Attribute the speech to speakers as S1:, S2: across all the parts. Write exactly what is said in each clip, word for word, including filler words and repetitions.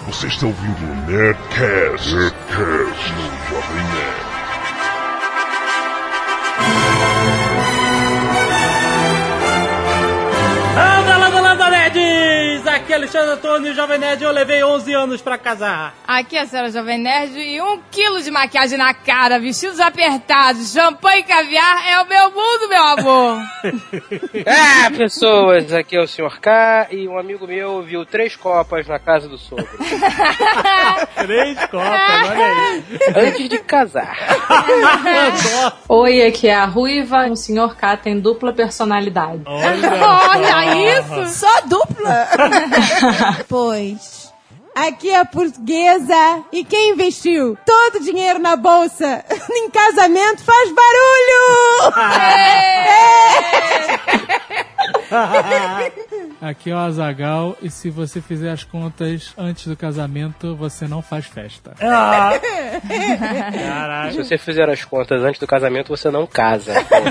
S1: Você está ouvindo o Nerdcast, Nerdcast no Jovem Nerd.
S2: Anda, anda, anda, nerds! Aqui é Alexandre Antônio, Jovem Nerd, eu levei onze anos pra casar.
S3: Aqui é a senhora Jovem Nerd e um quilo de maquiagem na cara, vestidos apertados, champanhe e caviar é o meu mundo, meu amor!
S4: Ah, pessoas, aqui é o senhor K e um amigo meu viu três copas na casa do sogro.
S2: Três copas, olha aí.
S4: Antes de casar.
S5: Oi, aqui é a Ruiva, o senhor K tem dupla personalidade.
S3: Olha, olha isso!
S6: Só dupla? Pois... Aqui é a portuguesa. E quem investiu todo o dinheiro na bolsa em casamento faz barulho!
S7: Aqui é o Azaghal. E se você fizer as contas antes do casamento, você não faz festa.
S2: Ah.
S4: Se você fizer as contas antes do casamento, você não casa.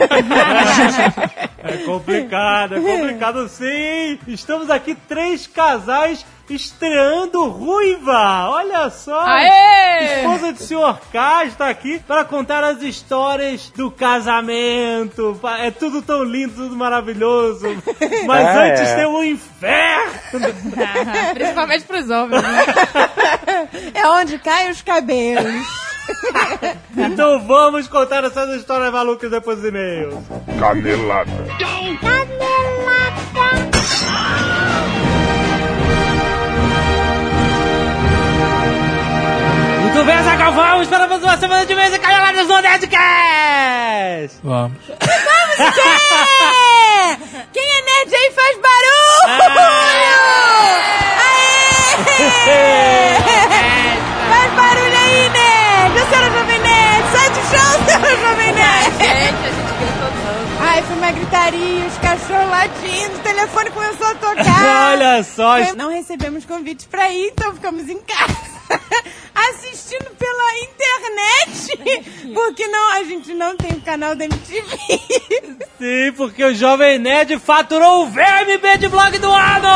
S2: É complicado, é complicado sim. Estamos aqui três casais estreando Ruiva. Olha só.
S3: Aê!
S2: Esposa do senhor K está aqui para contar as histórias do casamento. É tudo tão lindo, tudo maravilhoso. Mas
S4: ah,
S2: antes
S4: é.
S2: tem um inferno.
S3: Principalmente pros homens, né?
S6: É onde caem os cabelos.
S2: Então vamos contar essas histórias malucas depois dos e-mails.
S1: Canelada.
S2: Muito bem, Azaghal, vamos para mais uma semana de e-mails e caneladas no Nerdcast.
S7: Vamos.
S6: Vamos ver! Quem é nerd aí faz barulho! Aê! Faz barulho aí, nerd! Eu sou a Jovem Nerd! Sai do chão, senhora Jovem Nerd!
S3: Gente, a gente gritou tanto.
S6: Ai, foi uma gritaria, os cachorros latindo, o telefone começou a tocar.
S2: Olha só.
S6: Não recebemos convite pra ir, então ficamos em casa. Assistindo pela internet, porque não, a gente não tem o canal da M T V.
S2: Sim, porque o Jovem Nerd faturou o V M B de Blog do Ano!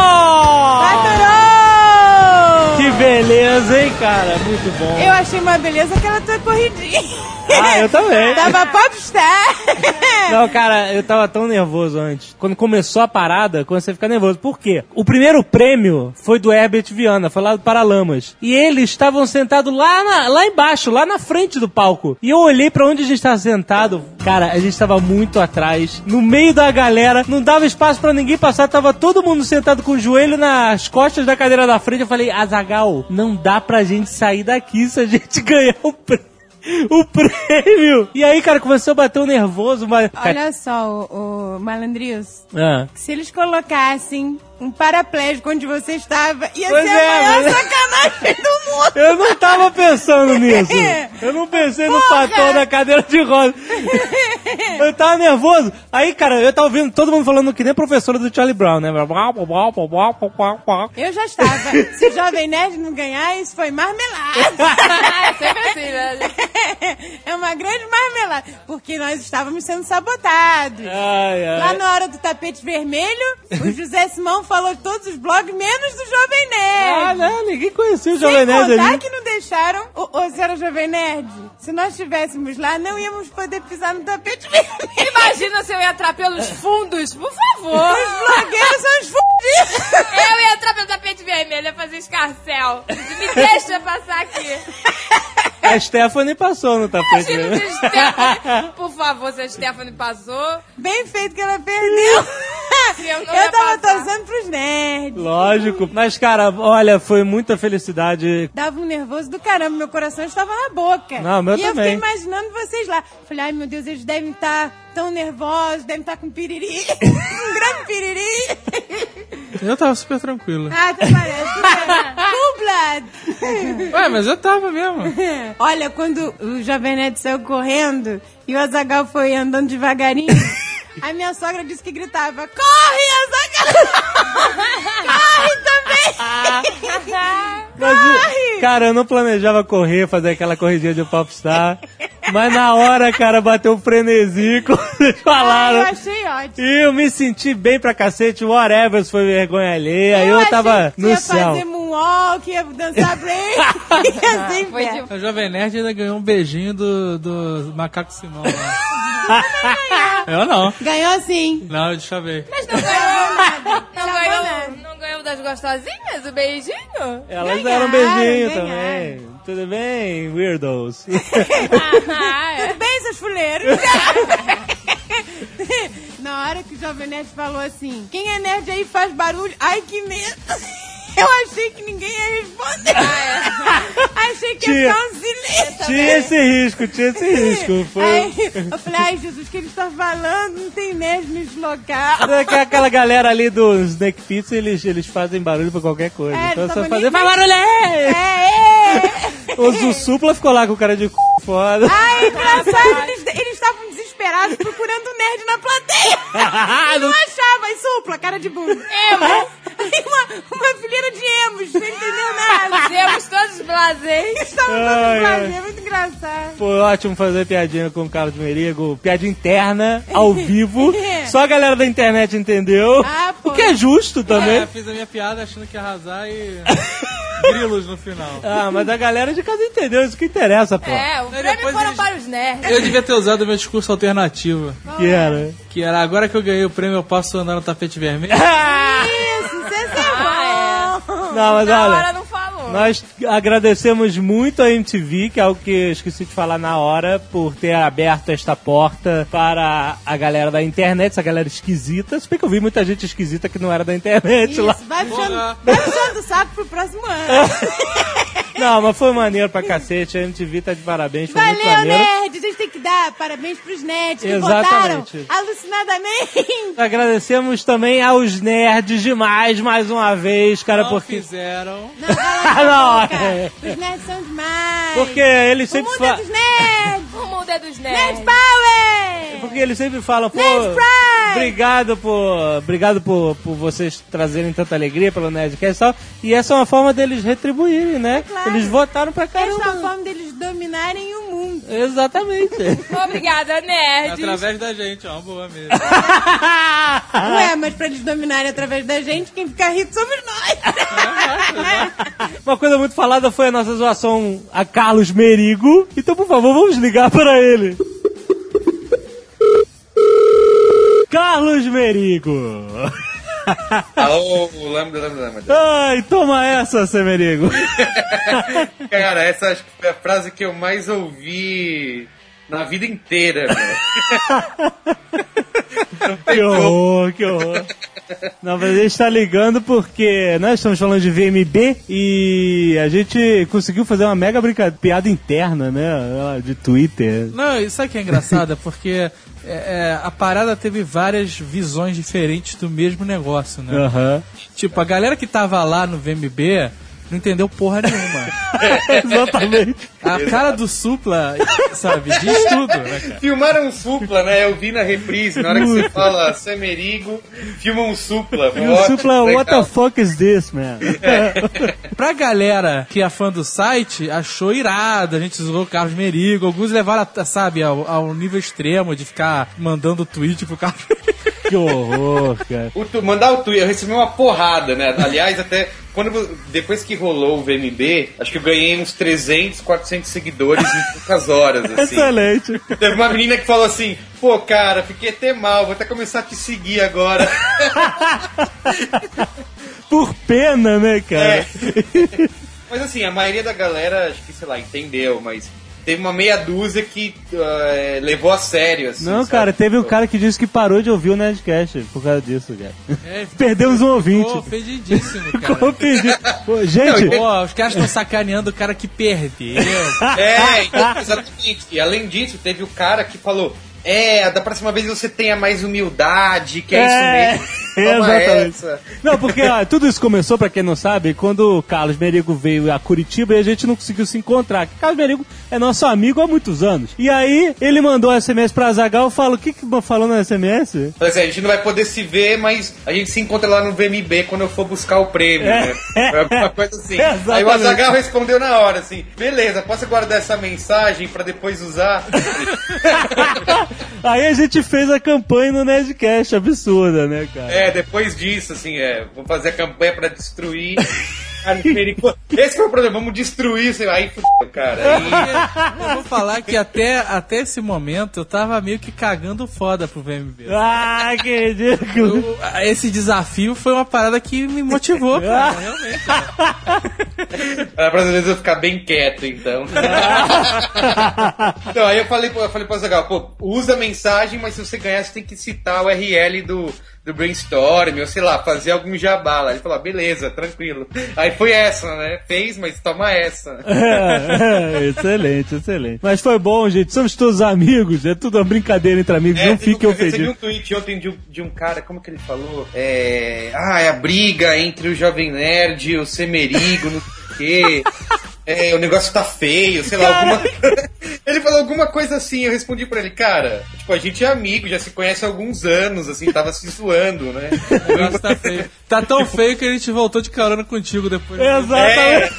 S6: Faturou!
S2: Que beleza, hein, cara? Muito bom.
S6: Eu achei uma beleza aquela tua corridinha.
S2: Ah, eu também.
S6: Tava popstar.
S2: Não, cara, eu tava tão nervoso antes. Quando começou a parada, comecei a ficar nervoso. Por quê? O primeiro prêmio foi do Herbert Viana, foi lá do Paralamas. E eles estavam sentados lá, na, lá embaixo, lá na frente do palco. E eu olhei pra onde a gente tava sentado. Cara, a gente tava muito atrás, no meio da galera. Não dava espaço pra ninguém passar. Tava todo mundo sentado com o joelho nas costas da cadeira da frente. Eu falei, Azaghal, não dá pra gente sair daqui se a gente ganhar o prêmio. O prêmio! E aí, cara, começou a bater um nervoso. Mas...
S6: Olha só, o, o Malandrios.
S2: Ah.
S6: Se eles colocassem um paraplégico onde você estava, ia
S2: Pois
S6: ser
S2: é,
S6: a maior
S2: mas...
S6: sacanagem do mundo.
S2: Eu não tava pensando nisso. Eu não pensei no
S6: Porra!
S2: fator da cadeira de rodas. Eu tava nervoso. Aí, cara, eu tava ouvindo todo mundo falando que nem a professora do Charlie Brown, né?
S6: Eu já estava. Se o Jovem Nerd não ganhar, isso foi marmelada.
S3: Sempre assim, né?
S6: É uma grande marmelada. Porque nós estávamos sendo sabotados.
S2: Ai, ai.
S6: Lá na hora do tapete vermelho, o José Simão falou de todos os blogs, menos do Jovem Nerd.
S2: Ah, não, ninguém conhecia o
S6: Sem
S2: Jovem Nerd
S6: contar
S2: ali.
S6: que não deixaram o, o senhora Jovem Nerd. Se nós estivéssemos lá, não íamos poder pisar no tapete vermelho.
S3: Imagina se eu ia entrar pelos fundos, por favor.
S6: Os blogueiros são os fundidos.
S3: Eu ia entrar pelo tapete vermelho, ia fazer escarcel. Me deixa passar aqui.
S2: A Stephanie passou no tapete.
S3: Imagina
S2: Né?
S3: se a Stephanie... Por favor, se a Stephanie passou...
S6: Bem feito que ela perdeu.
S3: Eu, não
S6: Eu
S3: ia
S6: tava
S3: passar.
S6: torcendo pros nerds.
S2: Lógico. Mas, cara, olha, foi muita felicidade.
S6: Dava um nervoso do caramba, meu coração estava na boca.
S2: Não, meu
S6: e eu
S2: também.
S6: fiquei imaginando vocês lá. Falei, ai meu Deus, eles devem estar tão nervosos, devem estar com piriri. Um grande piriri.
S7: Eu tava super tranquilo.
S6: Ah, até parece. Full blood.
S7: Ué, mas eu tava mesmo.
S6: Olha, quando o Jovem Nerd saiu correndo e o Azaghal foi andando devagarinho, a minha sogra disse que gritava, corre, Azaghal! Corre também!
S2: Mas,
S6: Corre!
S2: cara, eu não planejava correr, fazer aquela corridinha de popstar. Mas na hora, cara, bateu um frenesi, como vocês falaram.
S6: Ah, eu achei ótimo.
S2: E eu me senti bem pra cacete, whatever, se foi vergonha alheia. Eu,
S6: achei
S2: tava
S6: que
S2: no
S6: ia
S2: céu.
S6: fazer moonwalk, ia dançar break, ia sem
S3: Foi
S6: pé.
S3: de...
S7: A Jovem Nerd ainda ganhou um beijinho do, do Macaco Simão. Né? Eu não.
S6: Ganhou sim.
S7: Não, deixa eu ver.
S3: Mas não ganhou nada. Não
S6: Não
S3: ganhou,
S6: nada.
S3: não ganhou das gostosinhas o beijinho?
S2: Elas
S6: Ganharam,
S2: deram um beijinho
S6: ganharam.
S2: também. Tudo bem, weirdos?
S3: Ah, é.
S6: Tudo bem, seus fuleiros? Na hora que o Jovem Nerd falou assim, quem é nerd aí faz barulho? Ai, que medo. Eu achei que ninguém ia responder. Achei que ia
S2: Tinha.
S6: ficar um silêncio.
S2: Tinha esse risco, tinha esse risco. Foi...
S6: Aí, eu falei, ai, Jesus, o que ele está falando? Não tem nerd nesse local.
S2: É que aquela galera ali dos Snake Pits, eles, eles fazem barulho pra qualquer coisa.
S6: É,
S2: então
S6: eles
S2: só
S6: tavam
S2: fazer,
S6: nem-
S2: faz barulho aí!
S6: É, é.
S2: O Zussupla ficou lá com o cara de c... foda.
S6: Ai, engraçado, eles eles estavam desesperados procurando um nerd na plateia. E não achava, aí supla, cara de bunda. Emo. Aí uma, uma fileira de emos, não entendeu nada.
S3: Temos todos blasés.
S6: Estavam
S2: Ai,
S6: todos
S2: ai.
S6: prazer, muito engraçado.
S2: Foi ótimo fazer piadinha com o Carlos Merigo. Piadinha interna, ao vivo. Só a galera da internet entendeu.
S6: Ah, pô.
S2: O que é justo também.
S7: É, fiz a minha piada achando que ia arrasar e... grilos no final.
S2: Ah, mas a galera de casa entendeu. Isso que interessa, pô.
S3: É, o
S7: Aí
S3: prêmio
S7: depois
S3: foram
S7: eles-
S3: para os nerds.
S7: Eu devia ter usado o meu discurso alternativo.
S2: Que era.
S7: Que era, agora que eu ganhei o prêmio, eu posso andar no tapete vermelho.
S6: Isso, isso é
S3: Ah,
S6: bom.
S2: Não, mas
S3: Na hora
S2: olha,
S3: não falou.
S2: nós agradecemos muito a M T V, que é algo que eu esqueci de falar na hora, por ter aberto esta porta para a galera da internet, essa galera esquisita. Se bem que eu vi muita gente esquisita que não era da internet lá.
S6: Isso, vai puxando,
S7: Porra.
S6: vai puxando o saco pro próximo ano.
S2: Não, mas foi maneiro pra cacete. A M T V tá de parabéns, foi muito
S6: Valeu,
S2: maneiro.
S6: nerd. A gente tem que dar parabéns pros nerds que
S2: Exatamente.
S6: votaram alucinadamente.
S2: Agradecemos também aos nerds demais, mais uma vez, cara,
S7: Não
S2: porque...
S7: fizeram.
S6: Não, cala
S2: Não,
S6: a boca.
S2: é.
S6: Os nerds são demais.
S2: Porque eles
S6: O
S2: sempre
S6: mundo é
S2: falam...
S6: dos nerds.
S3: O mundo é dos
S6: Nerd
S3: nerds.
S6: Power.
S2: Porque eles sempre falam, pô,
S6: Nerd Pride.
S2: obrigado por, obrigado por, por vocês trazerem tanta alegria pelo Nerdcast e tal. E essa é uma forma deles retribuírem, né?
S6: claro.
S2: Eles votaram pra
S6: Essa é a
S2: caramba.
S6: forma deles dominarem o mundo.
S2: Exatamente.
S3: Obrigada, nerds.
S7: Através da gente, é uma boa mesmo.
S6: Ué, mas pra eles dominarem através da gente, quem fica rico somos nós.
S2: Uma coisa muito falada foi a nossa zoação a Carlos Merigo. Então, por favor, vamos ligar para ele. Carlos Merigo.
S8: Alô, lambda, lambda, lambda.
S2: Ai, toma essa, seu Merigo.
S8: Cara, essa acho que foi a frase que eu mais ouvi na vida inteira, velho.
S2: Que horror, que horror. Não, mas a gente tá ligando porque nós estamos falando de V M B e a gente conseguiu fazer uma mega brinca... piada interna, né? De Twitter.
S7: Não, isso aqui é engraçado, é porque é, é, a parada teve várias visões diferentes do mesmo negócio, né?
S2: Aham.
S7: Tipo, a galera que tava lá no V M B não entendeu porra nenhuma.
S2: Exatamente.
S7: A cara do Supla, sabe, diz tudo, né, cara?
S8: Filmaram um supla, né? Eu vi na reprise, na hora que você fala Semerigo, filma um supla.
S2: E o Supla, what the fuck is this, man?
S7: Pra galera que é fã do site, achou irado, a gente zoou o Carlos Merigo, alguns levaram, sabe, ao, ao nível extremo de ficar mandando tweet pro Carlos Merigo.
S2: Que horror, cara.
S8: O tu, mandar o tweet, eu recebi uma porrada, né? Aliás, até quando, depois que rolou o V M B, acho que eu ganhei uns trezentos, quatrocentos seguidores em poucas horas, assim.
S2: Excelente.
S8: Teve uma menina que falou assim, pô, cara, fiquei até mal, vou até começar a te seguir agora.
S2: Por pena, né, cara?
S8: É. Mas assim, a maioria da galera, acho que, sei lá, entendeu, mas teve uma meia dúzia que uh, levou a sério, assim.
S2: Não,
S8: sabe?
S2: cara, teve um cara que disse que parou de ouvir o Nerdcast por causa disso, cara.
S7: É,
S2: Perdemos um ouvinte.
S7: Ficou ofendidíssimo, cara.
S2: Ficou ofendido. Pô, gente,
S7: Pô, os caras estão sacaneando o cara que perdeu.
S8: É, então, exatamente. E além disso, teve o cara que falou, é, da próxima vez você tenha mais humildade, que é,
S2: É,
S8: isso mesmo. Toma
S2: exatamente.
S8: essa.
S2: Não, porque ó, tudo isso começou, pra quem não sabe, quando o Carlos Merigo veio a Curitiba e a gente não conseguiu se encontrar. Que Carlos Merigo é nosso amigo há muitos anos. E aí, ele mandou um S M S pra Azaghal, eu falo, o que que falou no S M S?
S8: Falei assim, a gente não vai poder se ver, mas a gente se encontra lá no V M B quando eu for buscar o prêmio,
S2: É.
S8: né? Foi alguma coisa assim.
S2: Exatamente.
S8: Aí o Azaghal respondeu na hora, assim, beleza, posso guardar essa mensagem pra depois usar?
S2: Aí a gente fez a campanha no Nerdcast, absurda, né, cara?
S8: É, depois disso, assim, é, vou fazer a campanha pra destruir. carne de merigo. Esse foi o problema, vamos destruir, sei lá, aí fudeu, cara. Aí...
S7: Eu vou falar que até, até esse momento eu tava meio que cagando foda pro V M B.
S2: Ah, que ridículo.
S7: Eu, esse desafio foi uma parada que me motivou, cara, realmente. Cara.
S8: Era pra vezes eu ficar bem quieto, então. Então, aí eu falei, eu falei pro Azaghal, pô, usa a mensagem, mas se você ganhar, você tem que citar o U R L do, do Brainstorm, ou sei lá, fazer algum jabá lá. Ele falou, ah, beleza, tranquilo. Aí foi essa, né? Fez, mas toma essa.
S2: É, é, excelente, excelente. Mas foi bom, gente. Somos todos amigos, é tudo uma brincadeira entre amigos,
S8: é,
S2: não fiquem ofendidos.
S8: Eu recebi um tweet ontem de um, de um cara, como que ele falou? É, ah, é a briga entre o Jovem Nerd e o Semerigo, não sei o quê. É, o negócio tá feio, sei lá, alguma... Ele falou alguma coisa assim, eu respondi pra ele, cara, tipo, a gente é amigo, já se conhece há alguns anos, assim, tava se zoando, né?
S7: O negócio tá feio. Tá tão feio que a gente voltou de carona contigo depois.
S2: Exatamente.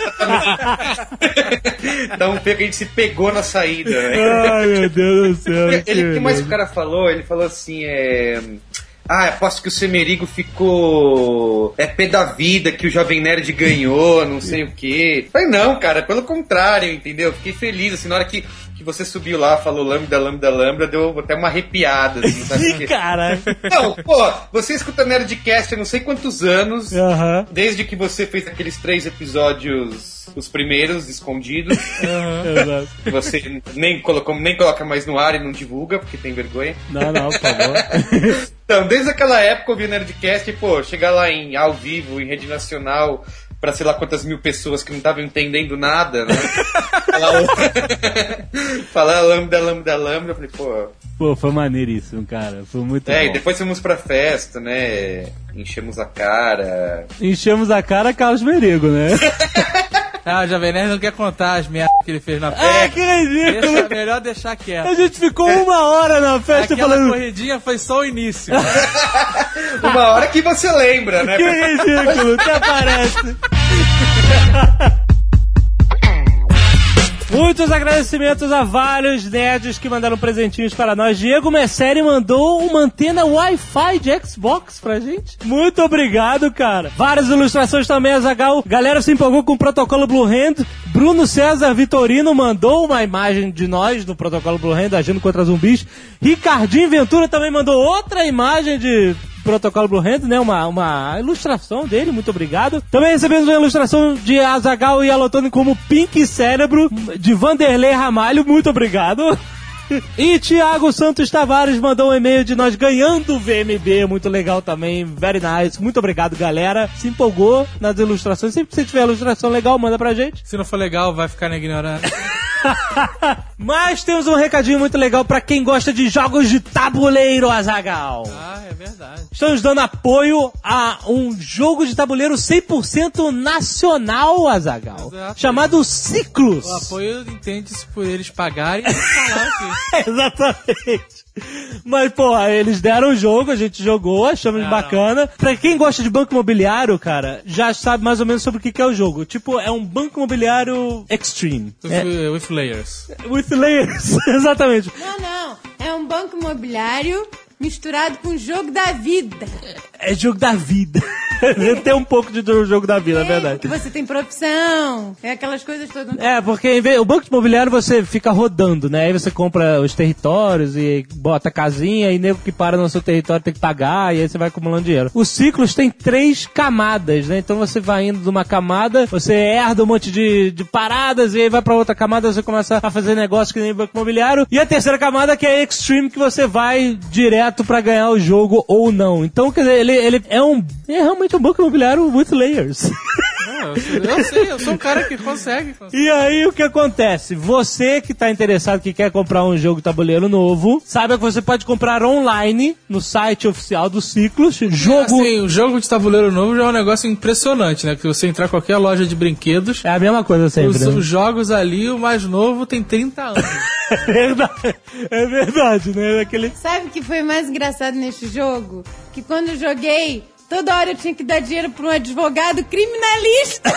S8: É, tão feio que a gente se pegou na saída, né?
S2: Ai, meu Deus do céu.
S8: Ele, ele, o que mais o cara falou? Ele falou assim, é... Ah, aposto que o Semerigo ficou é pé da vida, que o Jovem Nerd ganhou, não sei o quê. Falei, não, cara, pelo contrário, entendeu? Fiquei feliz, assim, na hora que, que você subiu lá, falou lambda, lambda, lambda, deu até uma arrepiada, assim, sabe? Porque...
S2: Caralho.
S8: Não, pô, você escuta Nerdcast há não sei quantos anos,
S2: uhum.
S8: Desde que você fez aqueles três episódios... Os primeiros, escondidos.
S2: Uhum.
S8: Que você nem, colocou, nem coloca mais no ar e não divulga, porque tem vergonha.
S2: Não, não, por favor.
S8: Então, desde aquela época eu vi o Nerdcast e, pô, chegar lá em ao vivo, em rede nacional, pra sei lá quantas mil pessoas que não estavam entendendo nada, né? Falar, falar lambda, lambda, lambda. Eu falei, pô...
S2: Pô, foi maneiríssimo, cara. Foi muito
S8: é,
S2: bom.
S8: E depois fomos pra festa, né? Enchemos a cara.
S2: Enchemos a cara Carlos Merigo, né?
S7: Ah, o Jovem Nerd não quer contar as merdas que ele fez na festa.
S2: Ah, que ridículo!
S7: Deixa, melhor deixar quieto.
S2: A gente ficou uma hora na festa
S7: Aquela
S2: falando...
S7: corridinha foi só o início.
S8: Uma hora que você lembra, né?
S2: Que ridículo, até aparece. Muitos agradecimentos a vários nerds que mandaram presentinhos para nós. Diego Messeri mandou uma antena Wi-Fi de Xbox pra gente. Muito obrigado, cara. Várias ilustrações também, Azaghal. Galera se empolgou com o protocolo Blue Hand. Bruno César Vitorino mandou uma imagem de nós no protocolo Blue Hand agindo contra zumbis. Ricardinho Ventura também mandou outra imagem de... Protocolo Blue Hand, né? Uma, uma ilustração dele, muito obrigado. Também recebemos uma ilustração de Azaghal e Alotone como Pink Cérebro, de Vanderlei Ramalho, muito obrigado. E Thiago Santos Tavares mandou um e-mail de nós ganhando o V M B, muito legal também, very nice. Muito obrigado, galera. Se empolgou nas ilustrações. Sempre que você tiver ilustração legal, manda pra gente.
S7: Se não for legal, vai ficar na ignorância.
S2: Mas temos um recadinho muito legal pra quem gosta de jogos de tabuleiro, Azaghal.
S7: Ah, é verdade.
S2: Estamos dando apoio a um jogo de tabuleiro cem por cento nacional, Azaghal.
S7: Exato.
S2: Chamado Ciclos.
S7: O apoio entende-se por eles pagarem e falar aqui.
S2: Exatamente. Mas, porra, eles deram o jogo, a gente jogou, achamos
S7: Não,
S2: bacana. Não. Pra quem gosta de banco imobiliário, cara, já sabe mais ou menos sobre o que é o jogo. Tipo, é um banco imobiliário extreme.
S7: With,
S2: é.
S7: with layers.
S2: With layers, exatamente.
S6: Não, não. É um banco imobiliário misturado com o jogo da vida.
S2: É jogo da vida. Tem um pouco de jogo da vida, é, é verdade.
S6: Que você tem profissão, é aquelas coisas todas.
S2: É, porque em vez, o banco imobiliário você fica rodando, né? Aí você compra os territórios e bota casinha e nego que para no seu território tem que pagar e aí você vai acumulando dinheiro. Os ciclos tem três camadas, né? Então você vai indo de uma camada, você herda um monte de, de paradas e aí vai pra outra camada, você começa a fazer negócio que nem banco imobiliário. E a terceira camada que é Extreme, que você vai direto pra ganhar o jogo ou não. Então, quer dizer, ele, ele é um... É realmente um banco imobiliário with layers.
S7: Não, eu, eu sei, eu sou um cara que consegue, consegue.
S2: E aí, o que acontece? Você que tá interessado, que quer comprar um jogo tabuleiro novo, saiba que você pode comprar online no site oficial do Ciclos. Jogo...
S7: Assim, o jogo de tabuleiro novo já é um negócio impressionante, né? Que você entrar em qualquer loja de brinquedos...
S2: É a mesma coisa sempre,
S7: Os,
S2: né?
S7: os jogos ali, o mais novo tem trinta anos.
S2: É verdade, é verdade, né? Aquele...
S6: Sabe o que foi mais engraçado nesse jogo? Que quando eu joguei, toda hora eu tinha que dar dinheiro pra um advogado criminalista.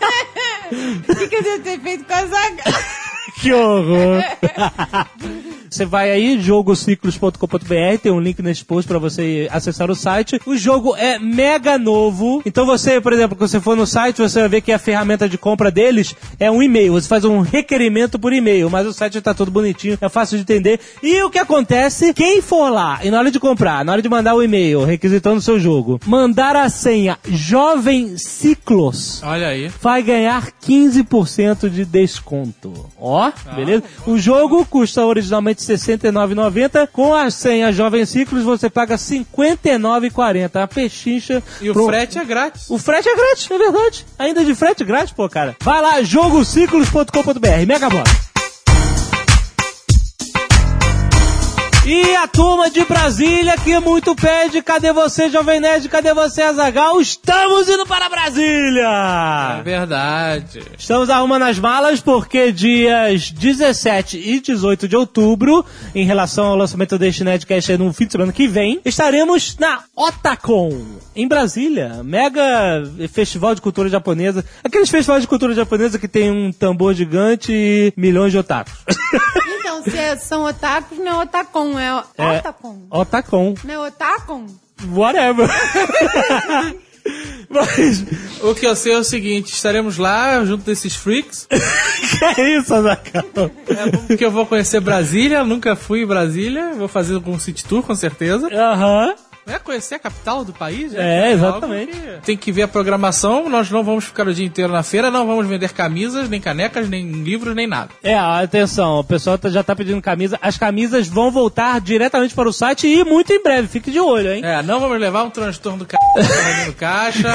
S6: O que, que eu devo ter feito com a Zaga?
S2: Que horror! Você vai aí, jogociclos ponto com ponto b r, tem um link nesse post pra você acessar o site. O jogo é mega novo, então você, por exemplo, quando você for no site, você vai ver que a ferramenta de compra deles é um e-mail. Você faz um requerimento por e-mail, mas o site tá todo bonitinho, é fácil de entender. E o que acontece? Quem for lá e na hora de comprar, na hora de mandar o e-mail requisitando o seu jogo, mandar a senha Jovem Ciclos,
S7: olha aí,
S2: vai ganhar quinze por cento de desconto. Ó, ah, beleza? O jogo custa originalmente sessenta e nove reais e noventa centavos. Com a senha Jovem Ciclos você paga cinquenta e nove reais e quarenta centavos. A pechincha.
S7: E pro... o frete é grátis.
S2: O frete é grátis, é verdade. Ainda de frete grátis, pô, cara. Vai lá, jogociclos ponto com ponto b r. Mega bola. E a turma de Brasília que muito pede, cadê você, Jovem Nerd, cadê você, Azaghal? Estamos indo para Brasília!
S7: É verdade.
S2: Estamos arrumando as malas porque dias dezessete e dezoito de outubro, em relação ao lançamento deste Nerdcast no fim de semana que vem, estaremos na Otakon, em Brasília. Mega festival de cultura japonesa. Aqueles festivais de cultura japonesa que tem um tambor gigante e milhões de otakus.
S6: Então, se é, são otakus, não é Otakon, é,
S2: é
S6: Otakon.
S2: Otakon.
S6: Não é Otakon?
S2: Whatever. Mas
S7: o que eu sei é o seguinte, estaremos lá junto desses freaks.
S2: Que é isso, Azaghal?
S7: É porque eu vou conhecer Brasília, nunca fui em Brasília, vou fazer um city tour com certeza.
S2: Aham. Uhum.
S7: É conhecer a capital do país?
S2: É, é exatamente.
S7: Que tem que ver a programação, nós não vamos ficar o dia inteiro na feira, não vamos vender camisas, nem canecas, nem livros, nem nada.
S2: É, atenção, o pessoal já tá pedindo camisa. As camisas vão voltar diretamente para o site e muito em breve, fique de olho, hein?
S7: É, não vamos levar um transtorno do c... no caixa.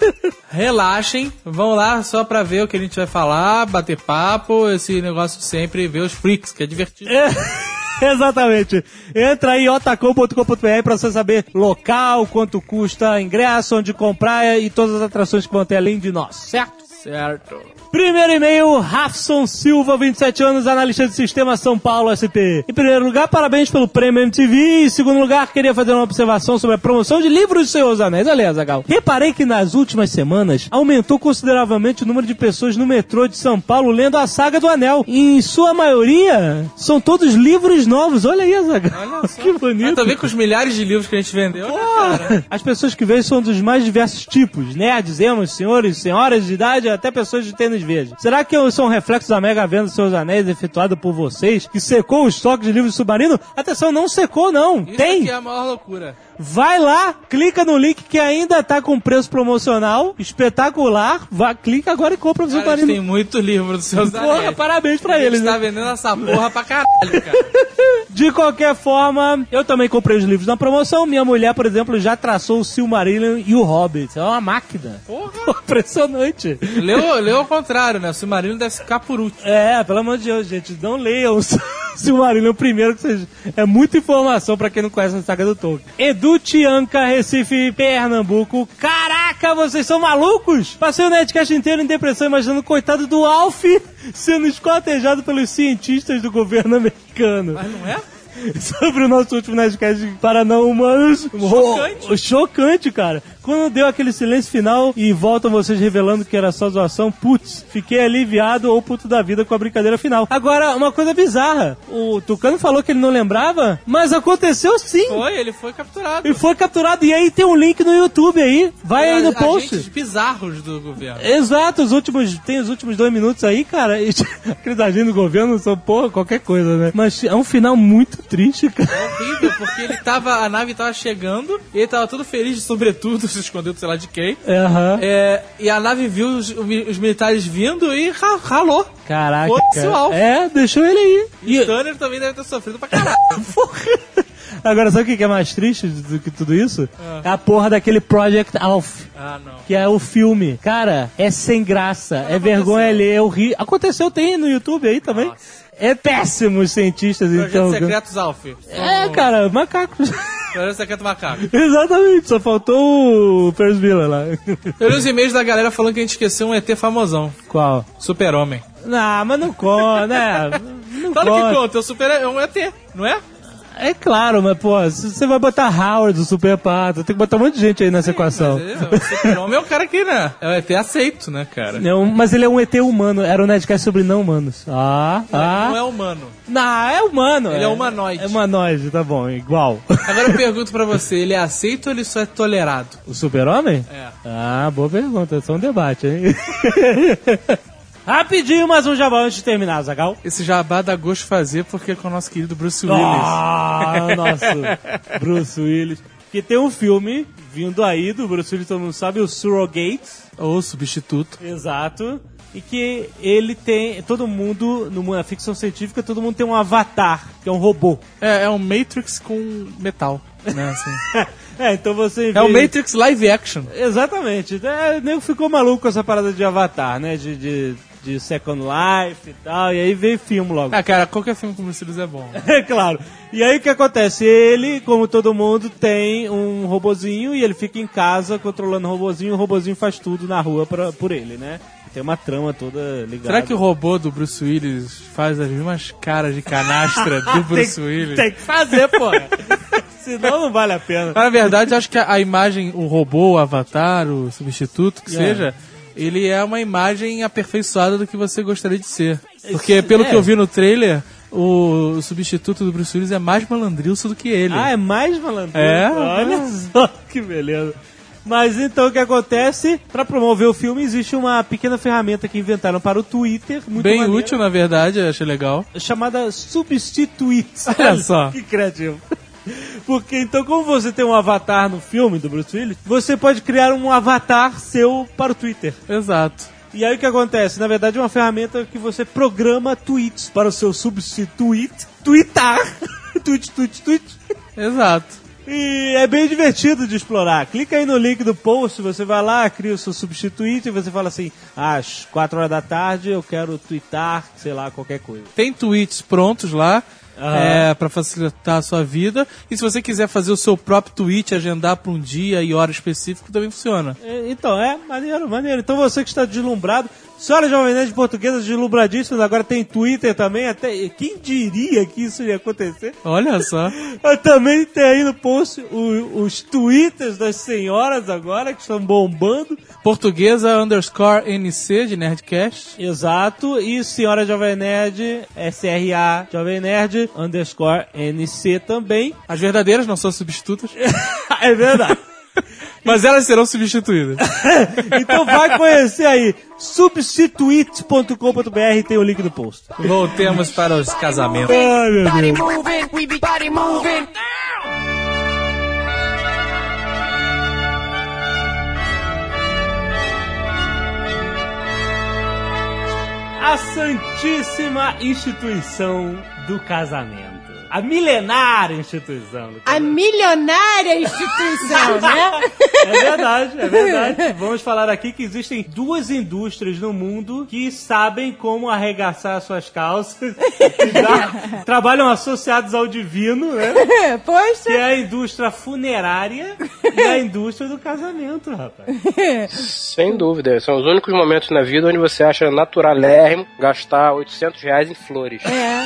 S7: Relaxem, vão lá só pra ver o que a gente vai falar, bater papo, esse negócio sempre, ver os freaks, que é divertido.
S2: É. Exatamente. Entra aí, otakon ponto com ponto b r, pra você saber local, quanto custa ingresso, onde comprar e todas as atrações que vão ter além de nós, certo?
S7: Certo.
S2: Primeiro e-mail, Rafson Silva, vinte e sete anos, analista de sistema São Paulo S P. Em primeiro lugar, parabéns pelo prêmio M T V. Em segundo lugar, queria fazer uma observação sobre a promoção de livros do Senhor dos Anéis. Olha aí, Azaghal. Reparei que nas últimas semanas aumentou consideravelmente o número de pessoas no metrô de São Paulo lendo a Saga do Anel. E, em sua maioria, são todos livros novos. Olha aí, Azaghal. Olha só. Que bonito.
S7: Mas também com os milhares de livros que a gente vendeu, né, cara?
S2: As pessoas que veem são dos mais diversos tipos. Nerds, emos, senhores, senhoras de idade, até pessoas de tênis verde. Será que eu sou um reflexo da mega venda dos Seus Anéis efetuada por vocês, que secou o estoque de livros submarino? Atenção, não secou não.
S7: Isso
S2: tem.
S7: Aqui é a maior loucura.
S2: Vai lá, clica no link que ainda tá com preço promocional, espetacular. Vai, clica agora e compra o
S7: Cara,
S2: submarino.
S7: Tem muito livro dos Seus Anéis.
S2: Porra, parabéns pra
S7: a
S2: eles.
S7: A gente tá
S2: né?
S7: vendendo essa porra pra caralho, cara.
S2: De qualquer forma, eu também comprei os livros na promoção. Minha mulher, por exemplo, já traçou o Silmarillion e o Hobbit. É uma máquina.
S7: Porra.
S2: Impressionante.
S7: Leu, leu ao contrário, né? O Silmarillion deve ficar por último.
S2: É, pelo amor de Deus, gente. Não leiam o Silmarillion primeiro, que vocês... é muita informação pra quem não conhece a saga do Tolkien. Edu Tianca, Recife, Pernambuco. Caraca, vocês são malucos? Passei o Nerdcast inteiro em depressão imaginando o coitado do Alf sendo esquartejado pelos cientistas do governo americano.
S7: Mas não é?
S2: Sobre o nosso último Nerdcast para não humanos.
S7: Chocante.
S2: Oh, chocante, cara. Quando deu aquele silêncio final e voltam vocês revelando que era só zoação, putz, fiquei aliviado ou puto da vida com a brincadeira final. Agora, uma coisa bizarra. O Tucano falou que ele não lembrava, mas aconteceu sim.
S7: Foi, ele foi capturado.
S2: Ele foi capturado e aí tem um link no YouTube aí. Vai aí no post.
S7: Agentes bizarros do governo.
S2: Exato, os últimos, tem os últimos dois minutos aí, cara. E, aqueles agentes do governo são, porra, qualquer coisa, né? Mas é um final muito triste, cara.
S7: É horrível, porque ele tava, a nave tava chegando, e ele tava todo feliz de sobretudo, se escondeu, sei lá de quem.
S2: Uhum.
S7: É, e a nave viu os, os militares vindo e ralou.
S2: Caraca,
S7: cara. O Alf.
S2: É, deixou ele aí.
S7: E o Tanner também deve ter sofrido pra caralho.
S2: Porra. Agora, sabe o que é mais triste do que tudo isso? Ah. É a porra daquele Project Alf.
S7: Ah, não.
S2: Que é o filme. Cara, é sem graça, não, é vergonha ali, é horrível. Aconteceu, tem no YouTube aí também. Nossa. É péssimo os cientistas,
S7: Projeto
S2: então.
S7: Secretos Alf.
S2: É, oh. cara, macacos.
S7: Projeto Secreto Macaco.
S2: Exatamente, só faltou o Ferris Bueller lá.
S7: Eu li os e-mails da galera falando que a gente esqueceu um E T famosão.
S2: Qual?
S7: Super-Homem.
S2: Não, mas não conta, né? Não
S7: claro
S2: conta.
S7: que conta, é um, super, é um E T, não é?
S2: É claro, mas, pô, se você vai botar Howard, o Super Pato, tem que botar um monte de gente aí nessa equação.
S7: Mas, é, o Super-Homem é o cara que, né? É o E T aceito, né, cara?
S2: Não, mas ele é um E T humano. Era um Nerdcast sobre não humanos. Ah, ah.
S7: Não é humano.
S2: Não, é humano.
S7: Ele é, é humanoide.
S2: É humanoide, tá bom, igual.
S7: Agora eu pergunto pra você, ele é aceito ou ele só é tolerado?
S2: O Super-Homem?
S7: É.
S2: Ah, boa pergunta. É só um debate, hein? Rapidinho, mais um jabá antes de terminar, Zagal.
S7: Esse jabá dá gosto de fazer porque é com o nosso querido Bruce Willis.
S2: Ah, nosso Bruce Willis. Que tem um filme vindo aí do Bruce Willis, todo mundo sabe, o Surrogate.
S7: Ou Substituto.
S2: Exato. E que ele tem... Todo mundo, na ficção científica, todo mundo tem um avatar, que é um robô.
S7: É, é um Matrix com metal, né, assim.
S2: É, então você...
S7: É o Matrix live action.
S2: Exatamente. É, o nego ficou maluco com essa parada de avatar, né? De, de, de Second Life e tal. E aí veio filme logo.
S7: Ah, cara, qualquer filme com Bruce Willis é bom.
S2: É claro. E aí o que acontece? Ele, como todo mundo, tem um robozinho e ele fica em casa controlando o robozinho. O robozinho faz tudo na rua pra, por ele, né? Tem uma trama toda ligada.
S7: Será que o robô do Bruce Willis faz as mesmas caras de canastra do Bruce
S2: tem,
S7: Willis?
S2: Tem que fazer, pô. Senão não vale a pena.
S7: Na verdade, acho que a, a imagem, o robô, o avatar, o substituto, que
S2: é.
S7: seja, ele é uma imagem aperfeiçoada do que você gostaria de ser. Porque, pelo
S2: é.
S7: que eu vi no trailer, o, o substituto do Bruce Willis é mais malandrilso do que ele.
S2: Ah, é mais malandro?
S7: É?
S2: Olha só que beleza. Mas então o que acontece? Pra promover o filme, existe uma pequena ferramenta que inventaram para o Twitter. Muito
S7: Bem
S2: maneira,
S7: útil, na verdade, eu achei legal.
S2: chamada Substituit.
S7: Olha só.
S2: Que criativo. Porque então, como você tem um avatar no filme do Bruce Willis, você pode criar um avatar seu para o Twitter.
S7: Exato.
S2: E aí o que acontece? Na verdade é uma ferramenta que você programa tweets para o seu substituit. Tweetar. tweet, tweet, tweet.
S7: Exato.
S2: E é bem divertido de explorar. Clica aí no link do post, você vai lá, cria o seu substituinte e você fala assim, às quatro horas da tarde eu quero twittar, sei lá, qualquer coisa.
S7: Tem tweets prontos lá.
S2: Uhum.
S7: É, para facilitar a sua vida. E se você quiser fazer o seu próprio tweet, agendar para um dia e hora específico, também funciona.
S2: É, então, é maneiro, maneiro. Então você que está deslumbrado, senhora Jovem Nerd portuguesa deslumbradíssima, agora tem Twitter também, até quem diria que isso ia acontecer?
S7: Olha só.
S2: Também tem aí no post o, os twitters das senhoras agora, que estão bombando.
S7: Portuguesa underscore N C de Nerdcast.
S2: Exato, e senhora Jovem Nerd, S R A Jovem Nerd, underscore N C também.
S7: As verdadeiras não são substitutas.
S2: É verdade.
S7: Mas elas serão substituídas.
S2: Então vai conhecer aí, substituit ponto com ponto b r, tem o link no post.
S7: Voltemos para os casamentos.
S2: Ai, meu Deus. A Santíssima Instituição do Casamento. A milenária instituição.
S6: A milionária instituição, né?
S2: É verdade, é verdade. Vamos falar aqui que existem duas indústrias no mundo que sabem como arregaçar suas calças. Que já trabalham associados ao divino, né?
S6: Poxa.
S2: Que é a indústria funerária e a indústria do casamento, rapaz.
S4: Sem dúvida. São os únicos momentos na vida onde você acha naturalérrimo gastar oitocentos reais em flores.
S6: É.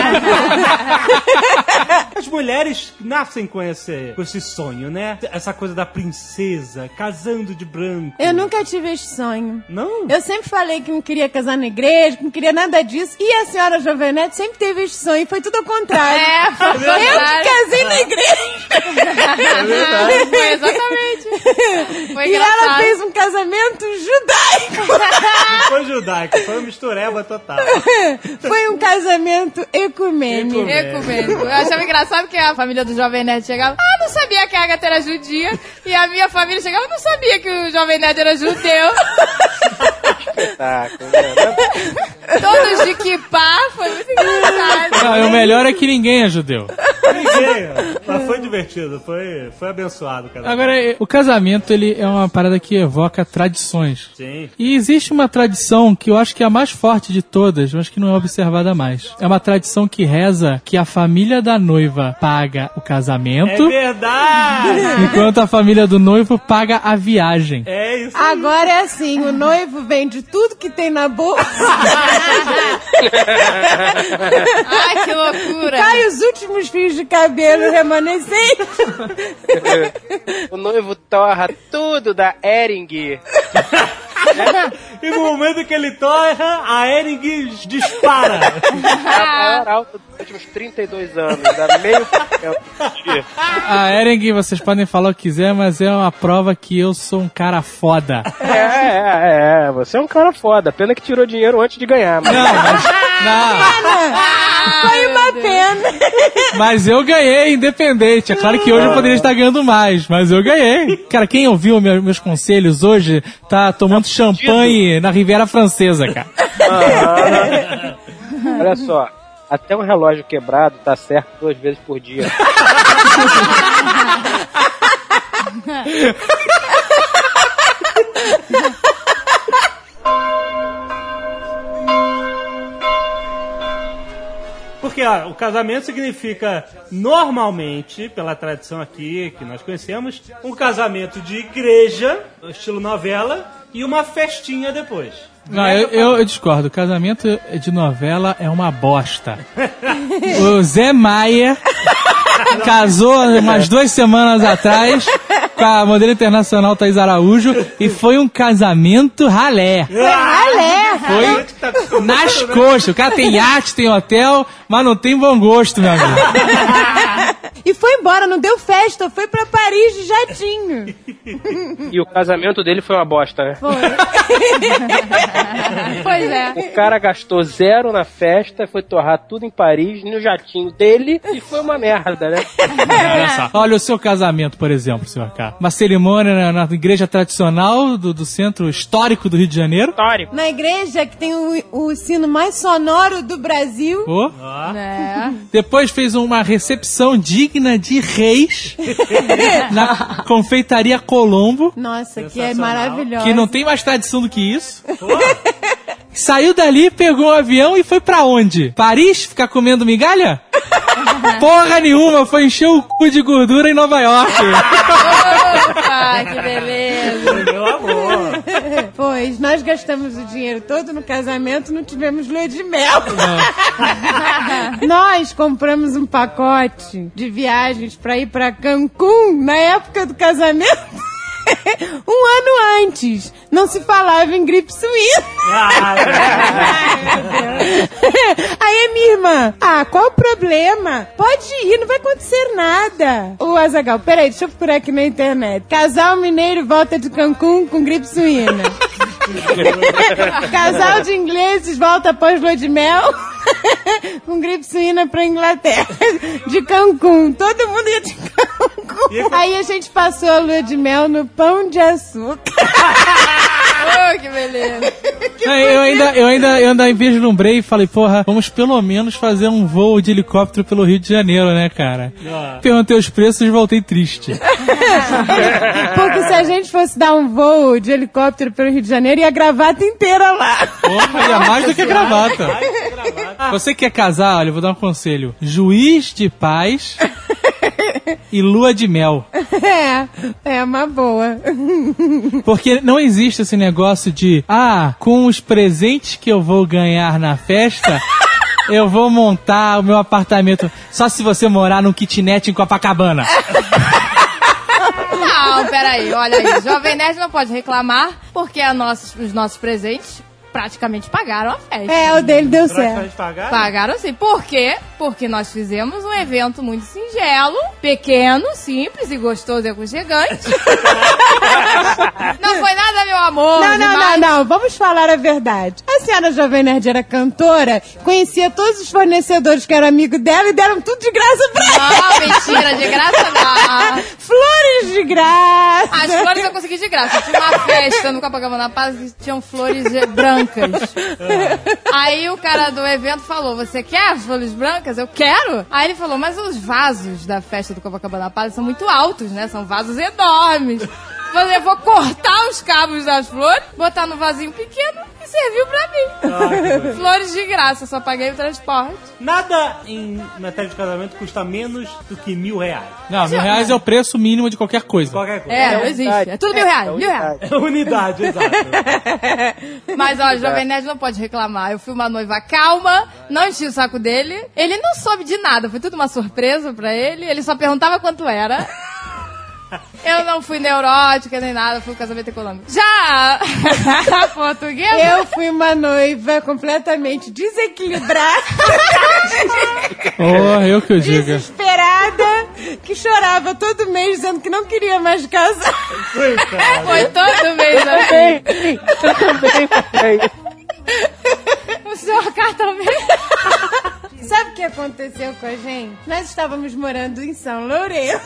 S2: As mulheres nascem com esse, com esse sonho, né? Essa coisa da princesa, casando de branco.
S6: Eu nunca tive esse sonho.
S2: Não?
S6: Eu sempre falei que não queria casar na igreja, que não queria nada disso. E a senhora Jovenete sempre teve esse sonho. Foi tudo ao contrário.
S3: É, foi
S6: Eu que casei na igreja.
S2: É verdade.
S3: Foi exatamente. Foi
S6: E ela
S3: engraçado.
S6: fez um casamento judaico.
S2: Não foi judaico, foi uma mistureba total.
S6: Foi um casamento ecumênico.
S2: Ecumênico.
S3: Eu achava engraçado que a família do Jovem Nerd chegava, ah, não sabia que a Agatha era judia. E a minha família chegava, não sabia que o Jovem Nerd era judeu.
S4: Espetáculo, né?
S3: Todos de kippah, foi muito engraçado.
S7: Não, e o melhor é que ninguém é judeu.
S2: Ninguém, mas foi divertido, foi, foi abençoado. Cara.
S7: Agora, o casamento, ele é uma parada que evoca tradições.
S2: Sim.
S7: E existe uma tradição que eu acho que é a mais forte de todas, mas que não é observada mais. É uma tradição que reza que a família da noiva paga o
S2: É
S7: casamento,
S2: verdade!
S7: enquanto a família do noivo paga a viagem.
S2: É isso aí.
S6: Agora é assim, o noivo vende tudo que tem na bolsa.
S3: Ai, que loucura.
S6: Cai os últimos fios de cabelo remanescente.
S4: O noivo torra tudo da Ering.
S2: E no momento que ele torra, a Ering dispara.
S4: É a maior alta dos últimos trinta e dois anos. Dá meio papel por dia.
S7: A Ering, vocês podem falar o que quiser, mas é uma prova que eu sou um cara foda.
S4: É, é, é. Você é um cara foda. Pena que tirou dinheiro antes de ganhar. Mas...
S7: Não, mas... Não.
S6: Foi uma pena.
S7: Mas eu ganhei, independente. É claro que hoje eu poderia estar ganhando mais, mas eu ganhei. Cara, quem ouviu meus, meus conselhos hoje tá tomando champanhe na Riviera Francesa, cara.
S4: Ah, olha só, até um relógio quebrado tá certo duas vezes por dia.
S2: Porque ó, o casamento significa, normalmente, pela tradição aqui que nós conhecemos, um casamento de igreja, estilo novela, e uma festinha depois.
S7: Não, eu, eu, eu discordo. Casamento de novela é uma bosta. O Zé Maia casou umas duas semanas atrás com a modelo internacional Thaís Araújo e foi um casamento ralé.
S6: Ralé!
S7: Foi nas coxas. O cara tem iate, tem hotel, mas não tem bom gosto, meu amigo.
S6: E foi embora, não deu festa, foi pra Paris de jatinho.
S4: E o casamento dele foi uma bosta, né?
S6: Foi. Pois é.
S4: O cara gastou zero na festa, foi torrar tudo em Paris, no jatinho dele, e foi uma merda, né?
S7: Olha só. Olha o seu casamento, por exemplo, senhor K. Uma cerimônia na, na igreja tradicional do, do centro histórico do Rio de Janeiro.
S4: Histórico.
S6: Na igreja que tem o, o sino mais sonoro do Brasil.
S7: Oh.
S3: É.
S7: Depois fez uma recepção digna de reis na confeitaria Colombo.
S6: Nossa, que é maravilhosa.
S7: Que não tem mais tradição do que isso. Saiu dali, pegou um avião e foi pra onde? Paris? Ficar comendo migalha? Porra nenhuma, foi encher o cu de gordura em Nova York.
S3: Opa, que beleza.
S2: Meu amor.
S6: Pois, nós gastamos o dinheiro todo no casamento, não tivemos lua de mel. Nós compramos um pacote de viagens pra ir pra Cancún na época do casamento. Um ano antes, não se falava em gripe suína.
S2: Ah,
S6: Aí a minha irmã, ah, qual o problema? Pode ir, não vai acontecer nada. O Azaghal, peraí, deixa eu procurar aqui na internet. Casal mineiro volta de Cancún com gripe suína. Casal de ingleses volta após lua de mel com gripe suína pra Inglaterra. De Cancún. Todo mundo ia de Cancún. Aí a gente passou a lua de mel no Pão de Açúcar.
S3: Oh, que beleza.
S7: Eu ainda, eu ainda, eu ainda vislumbrei e falei, porra, vamos pelo menos fazer um voo de helicóptero pelo Rio de Janeiro, né, cara?
S2: Ah.
S7: Perguntei os preços e voltei triste.
S6: Porque se a gente fosse dar um voo de helicóptero pelo Rio de Janeiro, ia a gravata inteira lá.
S7: Porra, ia mais do que gravata. Você quer casar, olha, eu vou dar um conselho. Juiz de paz e lua de mel.
S6: É, é uma boa.
S7: Porque não existe esse negócio de, ah, com os presentes que eu vou ganhar na festa, eu vou montar o meu apartamento. Só se você morar num kitnet em Copacabana.
S3: Não, peraí, olha aí. Jovem Nerd não pode reclamar, porque a nossos, os nossos presentes praticamente pagaram a festa.
S6: É, o dele deu certo.
S2: Praticamente pagaram?
S3: Pagaram sim. Por quê? Porque nós fizemos um evento muito singelo, pequeno, simples e gostoso e aconchegante. Não foi nada, meu amor.
S6: Não, não,
S3: demais.
S6: não, não. Vamos falar a verdade. A senhora Jovem Nerd era cantora, conhecia todos os fornecedores que eram amigos dela e deram tudo de graça pra ela.
S3: Não, mentira, de graça não.
S6: Flores de graça.
S3: As flores eu consegui de graça. Eu tinha uma festa no Copacabana Palace que tinham flores brancas. Aí o cara do evento falou, você quer as flores brancas? Eu quero. Aí ele falou, mas os vasos da festa do Copacabana Palace são muito altos, né? São vasos enormes. Eu levou cortar os cabos das flores, botar no vasinho pequeno e serviu pra mim. Ah, flores de graça, só paguei o transporte.
S2: Nada em matéria de casamento custa menos do que mil reais.
S7: Não, mil reais é o preço mínimo de qualquer coisa.
S2: Qualquer coisa.
S3: É, não existe. É tudo mil reais, mil reais.
S2: É unidade, exato.
S3: Mas, ó, o Jovem Nerd não pode reclamar. Eu fui uma noiva calma, não enchi o saco dele. Ele não soube de nada, foi tudo uma surpresa pra ele. Ele só perguntava quanto era. Eu não fui neurótica nem nada, fui um casamento econômico. Já a portuguesa?
S6: Eu fui uma noiva completamente desequilibrada.
S7: Oh, eu que eu digo.
S6: Desesperada, que chorava todo mês dizendo que não queria mais casar.
S3: Foi todo mês assim.
S4: Eu também, também.
S3: O senhor K também.
S6: Sabe o que aconteceu com a gente? Nós estávamos morando em São Lourenço.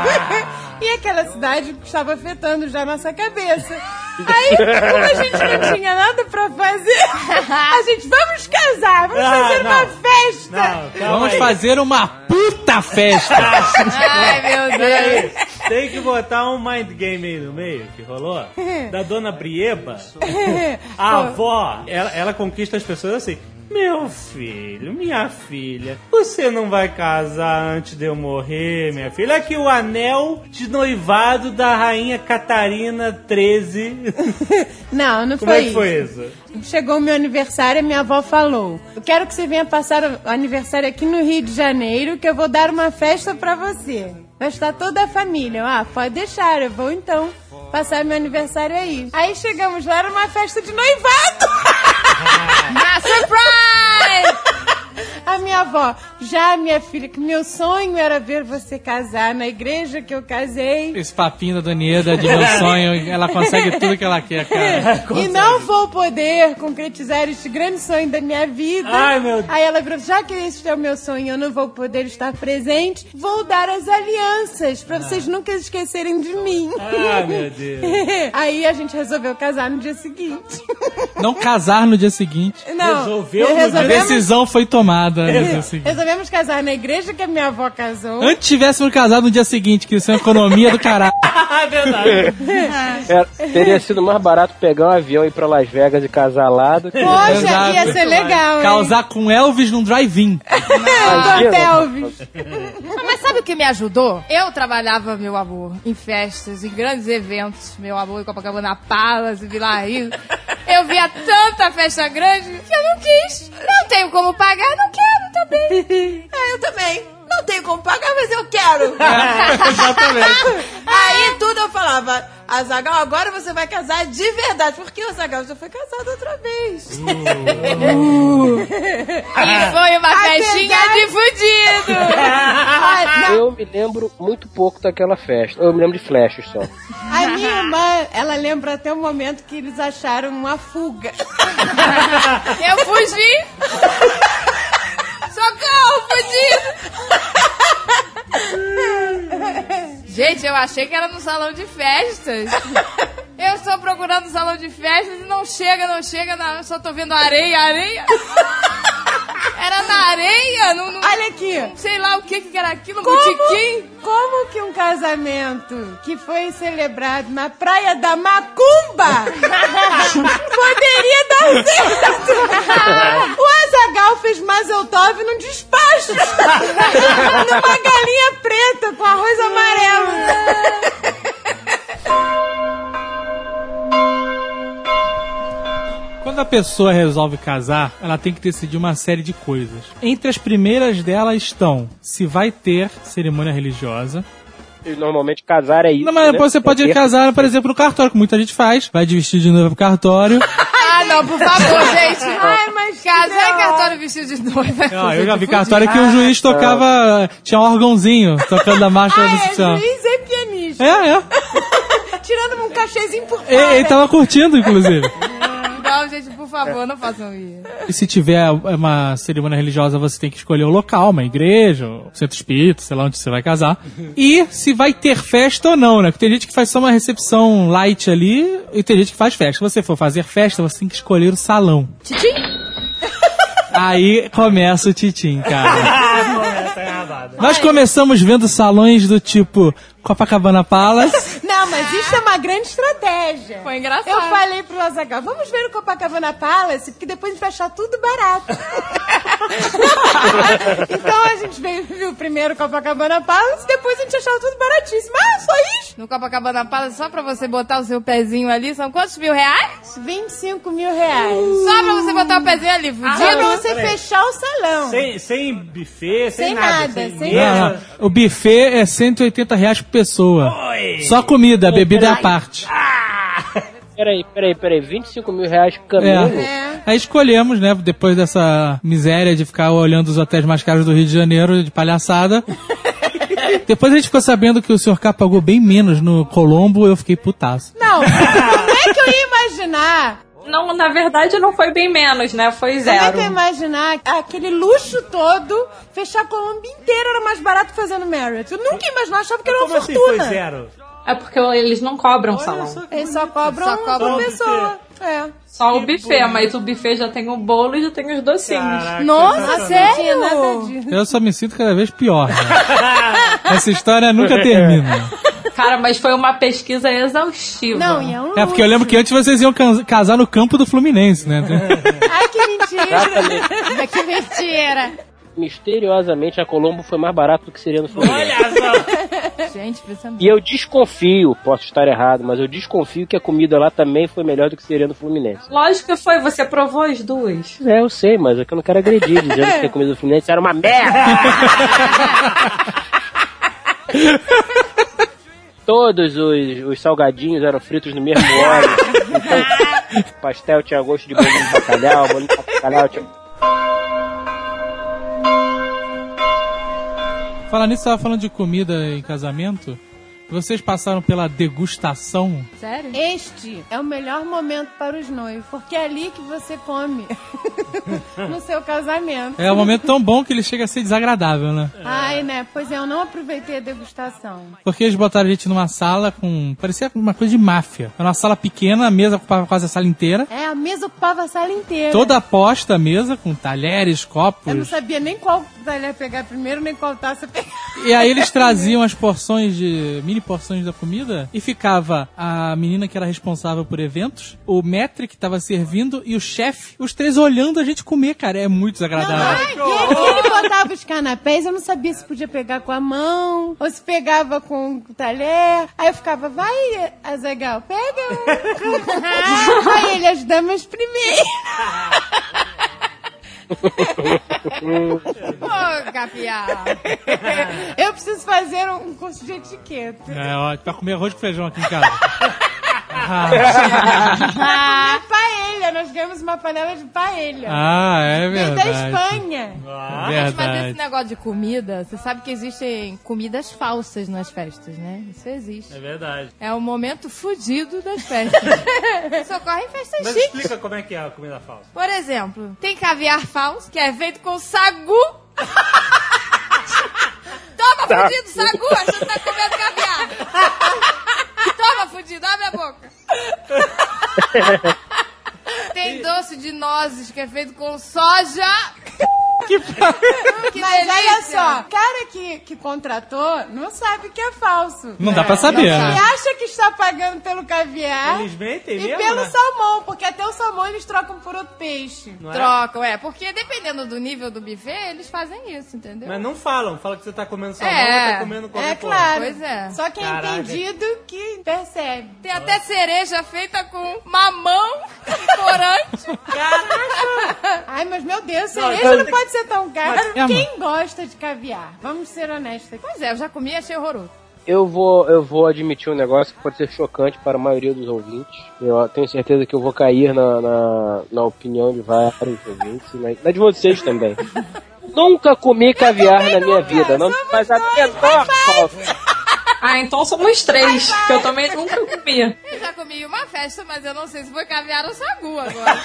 S6: Ah. E aquela cidade estava afetando já a nossa cabeça. Aí, como a gente não tinha nada pra fazer, a gente, vamos casar, vamos ah, fazer não. uma festa.
S7: Não, vamos aí. fazer uma puta festa.
S3: Ai, meu Deus.
S2: Tem que botar um mind game aí no meio, que rolou, da dona Brieba. A avó, ela, ela conquista as pessoas assim. Meu filho, minha filha, você não vai casar antes de eu morrer, minha filha? Aqui o anel de noivado da rainha Catarina treze.
S6: Não, não
S2: Como
S6: foi
S2: é que foi isso?
S6: Chegou o meu aniversário e minha avó falou: eu quero que você venha passar o aniversário aqui no Rio de Janeiro, que eu vou dar uma festa pra você. Vai estar toda a família. Ah, pode deixar, eu vou então passar meu aniversário aí. Aí chegamos lá, era uma festa de noivado.
S3: Ah, surprise!
S6: A minha avó, já minha filha, que meu sonho era ver você casar na igreja que eu casei.
S7: Esse papinho da Donieda de meu sonho, ela consegue tudo que ela quer, cara.
S6: E não vou poder concretizar este grande sonho da minha vida.
S2: Ai, meu Deus.
S6: Aí ela virou, já que este é o meu sonho, eu não vou poder estar presente, vou dar as alianças, pra vocês nunca esquecerem de mim.
S2: Ai, meu Deus.
S6: Aí a gente resolveu casar no dia seguinte.
S7: Não casar no dia seguinte.
S6: Não.
S2: Resolveu no
S7: A decisão foi tomada.
S6: Resolvemos casar na igreja que a minha avó casou.
S7: Antes tivéssemos casado no dia seguinte, que isso é uma economia do caralho.
S2: É verdade.
S4: É, teria sido mais barato pegar um avião e ir pra Las Vegas e casar lá do que...
S6: Poxa,
S7: Exato.
S6: ia ser legal, hein?
S7: Causar com Elvis num drive-in.
S6: Com Elvis.
S3: Mas sabe o que me ajudou? Eu trabalhava, meu amor, em festas, em grandes eventos, meu amor, em Copacabana Palace, Vila Rio. Eu via tanta festa grande que eu não quis. Não tenho como pagar, não quero também.
S6: É, eu também. Não tenho como pagar, mas eu quero.
S7: É, exatamente.
S6: Aí tudo eu falava, Azaghal, agora você vai casar de verdade. Porque o Azaghal já foi casado outra vez.
S3: Uh. E foi uma
S6: A
S3: festinha
S6: verdade...
S3: de fudido.
S6: Ah,
S4: eu me lembro muito pouco daquela festa. Eu me lembro de flashes só.
S6: a minha irmã, ela lembra até o momento que eles acharam uma fuga.
S3: Eu fugi. Socorro, fudido. Gente, eu achei que era no salão de festas. Eu estou procurando o salão de festas e não chega, não chega, não. Eu só tô vendo areia, areia. Era na areia? Não, não,
S6: Olha aqui.
S3: Não sei lá o que, que era aquilo, um
S6: Como,
S3: botiquim.
S6: como que um casamento que foi celebrado na Praia da Macumba poderia dar certo? O Azaghal fez Mazel Tov num despacho. Numa galinha preta com arroz amarelo.
S7: Quando a pessoa resolve casar, ela tem que decidir uma série de coisas. Entre as primeiras delas estão se vai ter cerimônia religiosa.
S4: E normalmente casar é isso.
S7: Não, mas
S4: né?
S7: depois você pode
S4: é
S7: casar, por exemplo, no cartório, que muita gente faz. Vai de vestido de noiva pro cartório.
S3: Ah, não, por favor, gente.
S6: Ai, mas
S3: Casar em
S6: não.
S3: cartório vestido de noiva.
S7: Ah, eu já vi cartório que o juiz tocava... Tinha um órgãozinho tocando a marcha da
S6: Ah, é
S7: Decepção.
S6: juiz e pianista.
S7: É, é.
S6: Tirando um cachezinho por fora.
S7: Ele, ele tava curtindo, inclusive.
S3: Não, gente, por favor, não façam isso.
S7: E se tiver uma cerimônia religiosa, você tem que escolher o local, uma igreja, um centro espírita, sei lá onde você vai casar. E se vai ter festa ou não, né? Porque tem gente que faz só uma recepção light ali e tem gente que faz festa. Se você for fazer festa, você tem que escolher o salão.
S3: Titim?
S7: Aí começa o titim, cara.
S2: Tá errado.
S7: Nós começamos vendo salões do tipo Copacabana Palace.
S6: Não, Não, mas isso é uma grande estratégia.
S3: Foi engraçado.
S6: Eu falei pro Azaghal, vamos ver o Copacabana Palace, porque depois a gente vai achar tudo barato. Então a gente veio, viu primeiro o Copacabana Palace, depois a gente achava tudo baratíssimo. Ah, só isso?
S3: No Copacabana Palace, só pra você botar o seu pezinho ali, são quantos mil reais?
S6: vinte e cinco mil reais.
S3: Só pra você botar o pezinho ali, fudido.
S6: Só pra você fechar o salão.
S2: Sem, sem buffet, sem,
S6: Sem
S2: nada.
S6: nada, sem
S2: mesa.
S7: Não, não. O buffet é cento e oitenta reais por pessoa.
S2: Oi.
S7: Só comida, a bebida é a parte.
S4: Peraí, peraí, peraí. vinte e cinco mil reais caminho?
S6: É.
S7: Aí escolhemos, né, depois dessa miséria de ficar olhando os hotéis mais caros do Rio de Janeiro, de palhaçada. Depois a gente ficou sabendo que o senhor K pagou bem menos no Colombo, eu fiquei putaço.
S6: Não, como é que eu ia imaginar?
S5: Não, na verdade não foi bem menos, né? Foi
S6: Como é
S5: zero.
S6: que eu ia imaginar aquele luxo todo, fechar a Colômbia inteira era mais barato que fazer no Marriott? Eu nunca ia imaginar, achava que era uma
S2: Como assim
S6: fortuna.
S2: foi zero?
S5: É porque eles não cobram salão.
S2: Só que
S6: Eles só cobram
S3: Só cobram
S6: uma
S3: o
S6: pessoa. É.
S5: Só o buffet, mas o buffet já tem o bolo e já tem os docinhos.
S2: Caraca,
S3: Nossa,
S6: Não tinha
S3: sério?
S6: nada disso.
S7: Eu só me sinto cada vez pior. Né? Essa história nunca termina.
S5: Cara, mas foi uma pesquisa exaustiva.
S6: Não, e é um
S7: É porque eu lembro que antes vocês iam can- casar no campo do Fluminense, né?
S6: Ai, que mentira.
S3: Que mentira.
S4: Misteriosamente, a Colombo foi mais barato do que seria no Fluminense.
S2: Olha só.
S3: Gente, pensando.
S4: E eu desconfio, posso estar errado, mas eu desconfio que a comida lá também foi melhor do que seria no Fluminense.
S5: Lógico que foi, você provou as duas.
S4: É, eu sei, mas é que eu não quero agredir, dizendo que a comida do Fluminense era uma merda. Todos os, os salgadinhos eram fritos no mesmo óleo. Então, o pastel tinha gosto de bolinho de bacalhau, bolinho de bacalhau tinha...
S7: Falar nisso, tava falando de comida em casamento. Vocês passaram pela degustação?
S3: Sério?
S6: Este é o melhor momento para os noivos, porque é ali que você come no seu casamento.
S7: É um momento tão bom que ele chega a ser desagradável, né?
S6: Ai, né? Pois é, eu não aproveitei a degustação.
S7: Porque eles botaram a gente numa sala com... parecia uma coisa de máfia. Era uma sala pequena, a mesa ocupava quase a sala inteira.
S6: É, a mesa ocupava a sala inteira.
S7: Toda aposta a mesa, com talheres, copos.
S6: Eu não sabia nem qual talher pegar primeiro, nem qual taça pegar.
S7: E aí eles traziam as porções de... mini porções da comida e ficava a menina que era responsável por eventos, o maître que tava servindo e o chefe, os três olhando a gente comer, cara. É muito desagradável.
S6: Ai, e aqui ele botava os canapés, eu não sabia se podia pegar com a mão ou se pegava com o talher. Aí eu ficava, vai, Azaghal, pega um. Aí ele, as damas primeiro.
S3: Ô, Capiá.
S6: Eu preciso fazer um curso de etiqueta.
S7: É, ó, pra comer arroz com feijão aqui em casa. Ah,
S6: Ah, paella, nós ganhamos uma panela de paella.
S7: ah, é
S6: Vem
S7: verdade.
S6: da Espanha.
S2: Ah,
S3: Gente, mas esse
S7: Verdade.
S3: negócio de comida, você sabe que existem comidas falsas nas festas, né? Isso existe.
S2: é verdade.
S3: É o momento fudido das festas. Isso ocorre em festas
S2: Mas
S3: chiques.
S2: explica como é que é a comida falsa.
S3: Por exemplo, tem caviar falso, que é feito com sagu. Toma, fudido, sagu, achando que tá comendo caviar. Toma, fudido, abre a boca. Tem doce de nozes, que é feito com soja.
S7: Que
S3: Que
S6: Mas
S3: delícia.
S6: olha só, o cara que, que contratou não sabe que é falso.
S7: Não dá pra saber,
S6: Ele
S7: né?
S6: acha que está pagando pelo caviar
S2: Eles mentem
S6: e
S2: mesmo,
S6: pelo
S2: né?
S6: salmão, porque até o salmão eles trocam por outro peixe.
S2: Não é?
S3: Trocam, é, porque dependendo do nível do buffet, eles fazem isso, entendeu?
S2: Mas não falam. Fala que você tá comendo salmão
S3: É.
S2: ou tá comendo qualquer
S6: É
S2: coisa.
S6: claro.
S3: Pois é.
S6: Só quem é
S2: Caraca.
S6: entendido que percebe.
S3: Tem até cereja feita com mamão e corante.
S6: Ai, mas meu Deus,
S2: Não,
S6: cereja
S2: então-
S6: não pode ser tão caro.
S7: Mas-
S6: Quem gosta de caviar? Vamos ser honestos aqui.
S3: Pois é, eu já comi e achei horroroso.
S4: Eu vou, eu vou admitir um negócio que pode ser chocante para a maioria dos ouvintes. Eu tenho certeza que eu vou cair na, na, na opinião de vários ouvintes, e na, na de vocês também. Nunca comi caviar na minha vida, não faz a menor falta.
S5: Ah, então somos três, que eu também nunca comi.
S3: Eu já comi uma festa, mas eu não sei se foi caviar ou sagu agora.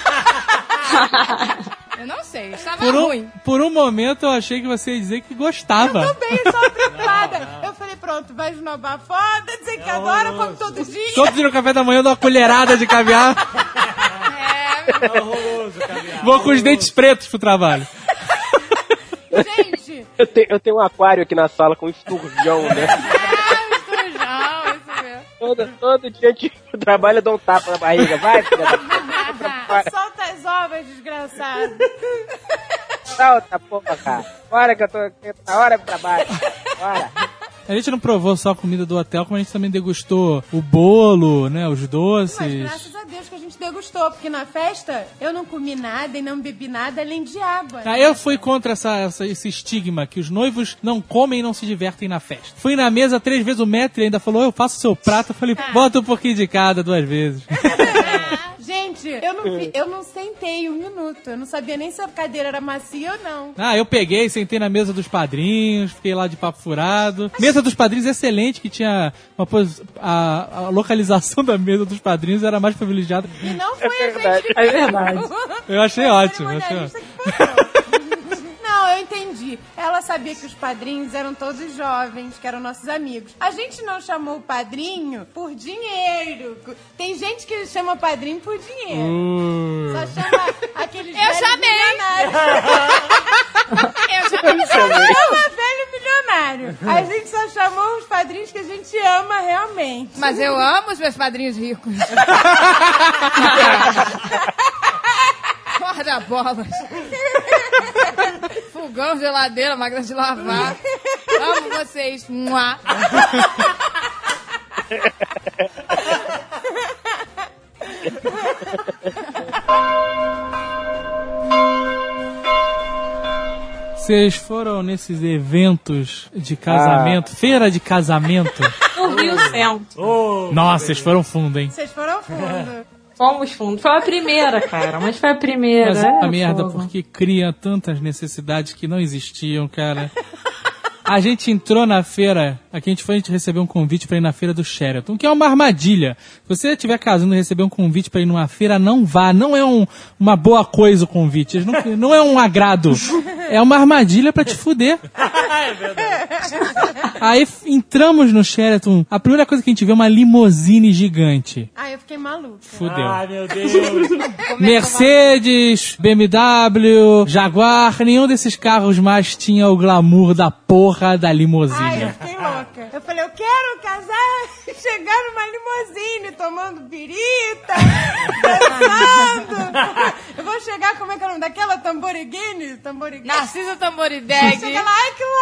S3: Eu não sei, estava
S7: Por um,
S3: ruim.
S7: por um momento eu achei que você ia dizer que gostava.
S6: Também, só preocupada. Eu falei, pronto, vai esnobar foda, dizer que adora, come todo dia.
S7: Todo dia no café da manhã eu dou uma colherada de caviar.
S3: É,
S2: É horroroso, caviar.
S7: Vou com os dentes pretos pro trabalho.
S6: Gente,
S4: Eu tenho, eu tenho um aquário aqui na sala com esturjão, né?
S3: é, estrujão, isso mesmo.
S4: todo, todo dia de trabalho eu dou um tapa na barriga. Vai, filha da puta.
S6: Solta as ovas, desgraçado.
S4: Solta, porra, cara. Bora que eu tô na hora do trabalho. Bora.
S7: A gente não provou só a comida do hotel, como a gente também degustou o bolo, né, os doces.
S6: Mas graças a Deus que a gente degustou, porque na festa eu não comi nada e não bebi nada além de água.
S7: Ah, eu fui contra essa, essa, esse estigma que os noivos não comem e não se divertem na festa. Fui na mesa três vezes, o maître ainda falou, eu faço o seu prato. Eu falei, bota um pouquinho de cada duas vezes.
S6: Gente, eu não, vi, eu não sentei um minuto. Eu não sabia nem se a cadeira era macia ou não.
S7: Ah, eu peguei, sentei na mesa dos padrinhos, fiquei lá de papo furado. Mesa dos padrinhos excelente, que tinha uma pos... a, a localização da mesa dos padrinhos era mais privilegiada.
S6: E não foi
S4: É
S6: a
S4: verdade.
S6: gente.
S5: É verdade.
S7: Eu achei ótimo. Eu achei ótimo.
S6: Não, eu entendi. Ela sabia que os padrinhos eram todos jovens, que eram nossos amigos. A gente não chamou o padrinho por dinheiro. Tem gente que chama padrinho por dinheiro.
S7: Uh.
S6: Só chama aqueles
S3: Eu
S6: velhos
S3: chamei.
S6: milionários.
S3: Eu já
S6: Chama velho milionário. A gente só chamou os padrinhos que a gente ama realmente.
S3: Mas eu amo os meus padrinhos ricos. Guarda-bolas. Fogão, geladeira, máquina de lavar. Amo vocês. Mua.
S7: Vocês foram nesses eventos de casamento,
S4: Ah.
S7: feira de casamento?
S5: No Rio Centro.
S7: Nossa, vocês foram fundo, hein?
S6: Vocês foram fundo.
S5: Fomos fundo. Foi a primeira, cara. Mas foi a primeira.
S7: Mas é uma
S5: É,
S7: merda,
S5: fogo.
S7: porque cria tantas necessidades que não existiam, cara. A gente entrou na feira, aqui a gente foi, a gente recebeu um convite pra ir na feira do Sheraton, que é uma armadilha. Se você estiver casando e receber um convite pra ir numa feira, não vá. Não é um, uma boa coisa o convite. Não, não é um agrado. É uma armadilha pra te fuder.
S2: É verdade.
S7: Aí f- entramos no Sheraton, a primeira coisa que a gente vê é uma limousine gigante.
S6: Ah, eu fiquei maluca.
S7: Fudeu.
S2: Ai, meu Deus.
S7: Mercedes, B M W, Jaguar, nenhum desses carros mais tinha o glamour da porra da
S6: Ai,
S7: limusine.
S6: eu fiquei louca. Eu falei, eu quero casar e chegar numa limusine tomando birita, dançando. Eu vou chegar, como é que é o nome daquela? Tamborigine? Tamborigine.
S3: Narcisa Tamborideg.
S6: Chega lá, ai que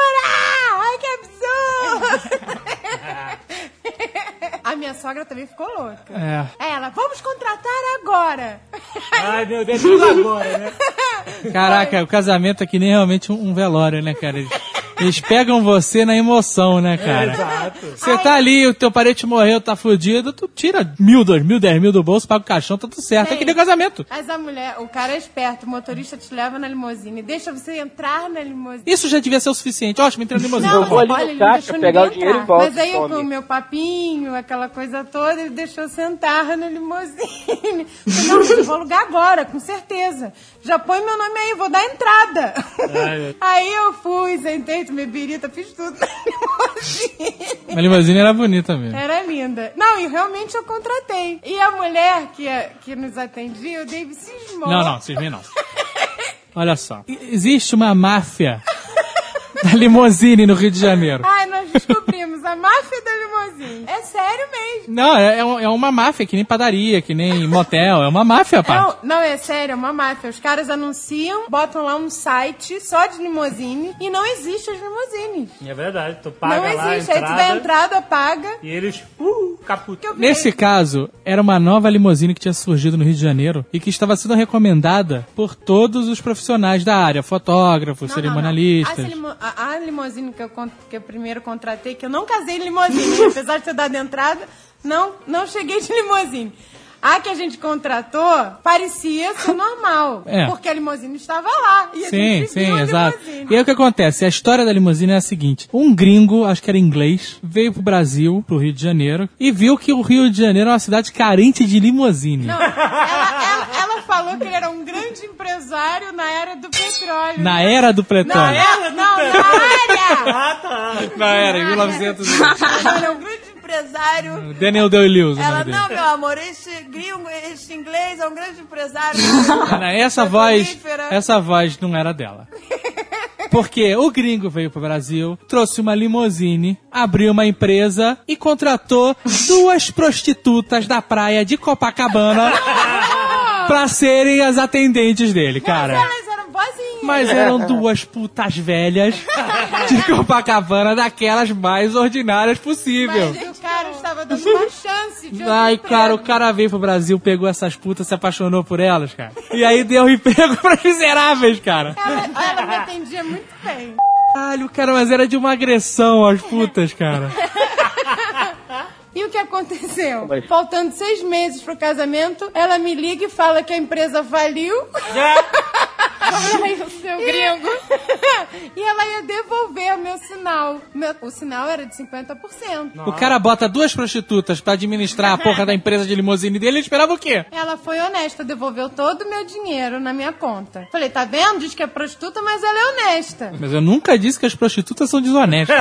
S6: loucura! Ai que absurdo! A minha sogra também ficou louca.
S7: É.
S6: Aí ela, vamos contratar agora.
S2: Ai, meu Deus, tudo agora, né?
S7: Caraca, o casamento é que nem realmente um, um velório, né, cara? Eles, eles pegam você na emoção, né, cara?
S2: Exato.
S7: Você tá ali, o teu parente morreu, tá fudido, tu tira mil, dois mil, dez mil do bolso, paga o caixão, tá tudo certo. É que nem casamento.
S6: Mas a mulher, o cara é esperto, o motorista te leva na limusine, deixa você entrar na limusine.
S7: Isso já devia ser o suficiente. Ótimo, entrei na limusine.
S4: Eu vou ali no
S6: olha, ele
S4: caixa,
S6: deixou
S4: pegar
S6: ninguém
S4: o dinheiro
S6: entrar.
S4: e volto,
S6: Mas aí
S4: some.
S6: com o meu papinho, aquela coisa toda, ele deixou sentar na limusine. Falei, não, eu vou alugar agora, com certeza. Já põe meu nome aí, vou dar entrada.
S2: Ai,
S6: Aí eu fui, sentei, tomei birita, fiz tudo na limusine.
S7: A limusine era bonita mesmo.
S6: Era linda. Não, e realmente eu contratei. E a mulher que, que nos atendia, o David cismou.
S7: Não, não, vocês veem não. Olha só. Existe uma máfia da limusine no Rio de Janeiro.
S6: Ai, nós descobrimos a máfia da limusine. É sério mesmo.
S7: Não, é, é um- é uma máfia, que nem padaria, que nem motel. É uma máfia, pá.
S6: Não, não, é sério, é uma máfia. Os caras anunciam, botam lá um site só de limusine e não existe as limusines.
S2: é verdade, tu paga
S6: Não
S2: lá
S6: existe.
S2: a
S6: Aí tu dá a
S2: entrada
S6: entrada, paga.
S2: e eles, uh, caputa.
S6: Que eu vi-
S7: Nesse caso, era uma nova limusine que tinha surgido no Rio de Janeiro e que estava sendo recomendada por todos os profissionais da área, fotógrafos,
S6: Não,
S7: cerimonialistas.
S6: não, não. A, limo- a- a limusine que eu, con- que eu primeiro contratei, que eu não casei em limusine, apesar de ter dado entrada, não, não cheguei de limusine. A que a gente contratou parecia ser normal,
S7: É.
S6: porque a limusine estava lá. E a
S7: Sim,
S6: gente viu
S7: sim,
S6: a
S7: exato.
S6: limusine.
S7: E aí o que acontece? A história da limusine é a seguinte. Um gringo, acho que era inglês, veio pro Brasil, pro Rio de Janeiro, e viu que o Rio de Janeiro é uma cidade carente de limusine.
S6: Não, ela, ela, ela falou que ele era um grande empresário na era do petróleo.
S7: Na era do
S6: Não,
S7: petróleo.
S6: ela- não, na área!
S2: Ah, tá.
S7: Na era, em mil e novecentos.
S6: Ele é um grande empresário.
S7: Daniel Day-Lewis, o
S6: Ela,
S7: nome dele.
S6: não, meu amor, esse gringo, esse inglês é um grande empresário.
S7: Ana, essa voz,
S6: Petrolífera.
S7: essa voz não era dela. Porque o gringo veio pro Brasil, trouxe uma limusine, abriu uma empresa e contratou duas prostitutas da praia de Copacabana pra serem as atendentes dele, cara.
S6: Mas elas eram boazinhas.
S7: Mas eram duas putas velhas de Copacabana, daquelas mais ordinárias possível.
S6: Mas o cara estava dando uma chance de
S7: Ai, cara, o cara veio pro Brasil, pegou essas putas, se apaixonou por elas, cara. E aí deu um emprego pras miseráveis, cara.
S6: Ela, ela me atendia muito bem.
S7: Caralho, cara, mas era de uma agressão às putas, cara.
S6: E o que aconteceu?
S4: Mas...
S6: Faltando seis meses pro casamento, ela me liga e fala que a empresa faliu.
S3: Ai, o seu gringo.
S6: E ela ia devolver o meu sinal. Meu- o sinal era de cinquenta por cento.
S7: O cara bota duas prostitutas pra administrar a porra da empresa de limusine dele, ele esperava o quê?
S6: Ela foi honesta, devolveu todo o meu dinheiro na minha conta. Falei, tá vendo? Diz que é prostituta, mas ela é honesta.
S7: Mas eu nunca disse que as prostitutas são desonestas.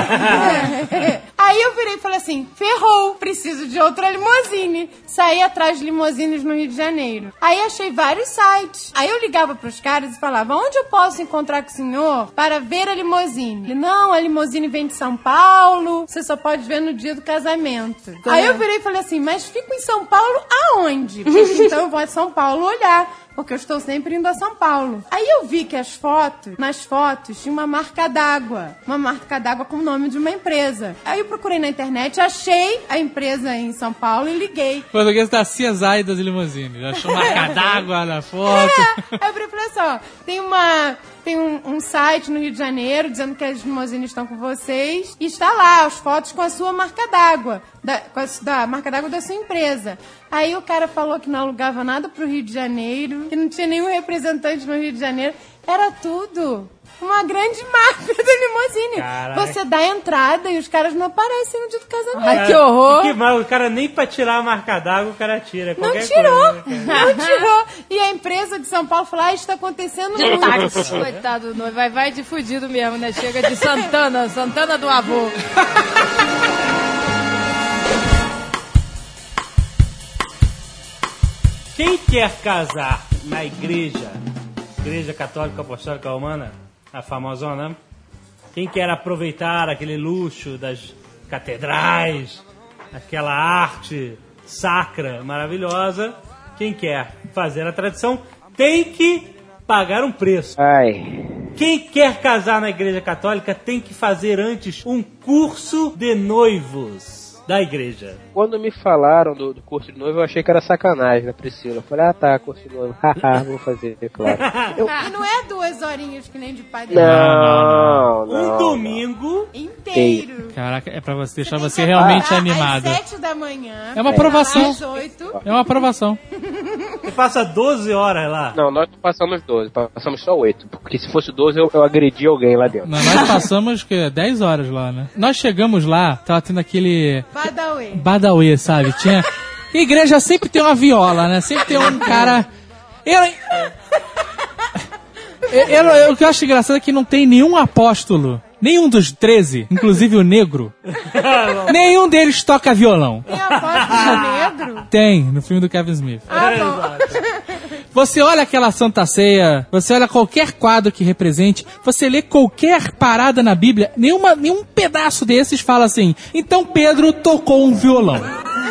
S6: Aí eu virei e falei assim, ferrou, preciso de outra limusine. Saí atrás de limusines no Rio de Janeiro. Aí achei vários sites. Aí eu ligava pros caras e falava, onde eu posso encontrar com o senhor para ver a limusine? Ele, não, a limusine vem de São Paulo, você só pode ver no dia do casamento. Aí eu virei e falei assim, mas fico em São Paulo aonde? Então eu vou a São Paulo olhar. Porque eu estou sempre indo a São Paulo. Aí eu vi que as fotos, nas fotos, tinha uma marca d'água. Uma marca d'água com o nome de uma empresa. Aí eu procurei na internet, achei a empresa em São Paulo e liguei.
S7: Português da C S I das limusines. Achou marca d'água na foto.
S6: É, aí eu falei, falei assim, ó, tem uma... Tem um, um site no Rio de Janeiro dizendo que as limusines estão com vocês. E está lá as fotos com a sua marca d'água. Da, com a, da marca d'água da sua empresa. Aí o cara falou que não alugava nada pro Rio de Janeiro. Que não tinha nenhum representante no Rio de Janeiro. Era tudo uma grande máfia da limusine.
S2: Caraca.
S6: Você dá a entrada e os caras não aparecem no dia do casamento.
S3: Ai, que horror.
S2: Que mal, o cara nem pra tirar a marca d'água o cara tira.
S6: Não
S2: Qualquer
S6: tirou,
S2: coisa, né,
S6: não tirou. E a empresa de São Paulo falou, ah, isso tá acontecendo muito.
S3: Coitado do noivo, vai, vai de fudido mesmo, né? Chega de Santana, Santana do avô.
S2: Quem quer casar na igreja, Igreja Católica Apostólica Romana, a famosona, né? Quem quer aproveitar aquele luxo das catedrais, aquela arte sacra, maravilhosa, quem quer fazer a tradição tem que pagar um preço.
S4: Ai.
S2: Quem quer casar na Igreja Católica tem que fazer antes um curso de noivos da igreja.
S4: Quando me falaram do, do curso de noivo, eu achei que era sacanagem, né, Priscila? Eu falei, ah tá, curso de noivo, haha, vou fazer, é claro. Eu...
S6: E não é duas horinhas que nem de padre.
S4: Não, não.
S2: Um domingo
S6: Inteiro.
S7: Caraca, é pra você deixar
S6: Tem
S7: você
S6: que
S7: realmente
S6: acordar
S7: animado.
S6: Às sete da manhã.
S7: É uma aprovação.
S6: Às oito.
S7: É uma aprovação.
S2: você passa doze horas lá.
S4: Não, nós não passamos doze, passamos só oito. Porque se fosse doze, eu, eu agredi alguém lá dentro.
S7: Não, nós passamos que, dez horas lá, né? Nós chegamos lá, tava tendo aquele
S6: Badauê.
S7: badauê, sabe? Tinha... Igreja sempre tem uma viola, né? Sempre tem um cara... Eu... Eu, eu, eu, o que eu acho engraçado é que não tem nenhum apóstolo, nenhum dos treze, inclusive o negro, nenhum deles toca violão.
S6: Tem apóstolo negro?
S7: Tem, no filme do Kevin Smith.
S6: Ah, bom.
S7: Você olha aquela Santa Ceia, você olha qualquer quadro que represente, você lê qualquer parada na Bíblia, nenhuma, nenhum pedaço desses fala assim, então Pedro tocou um violão.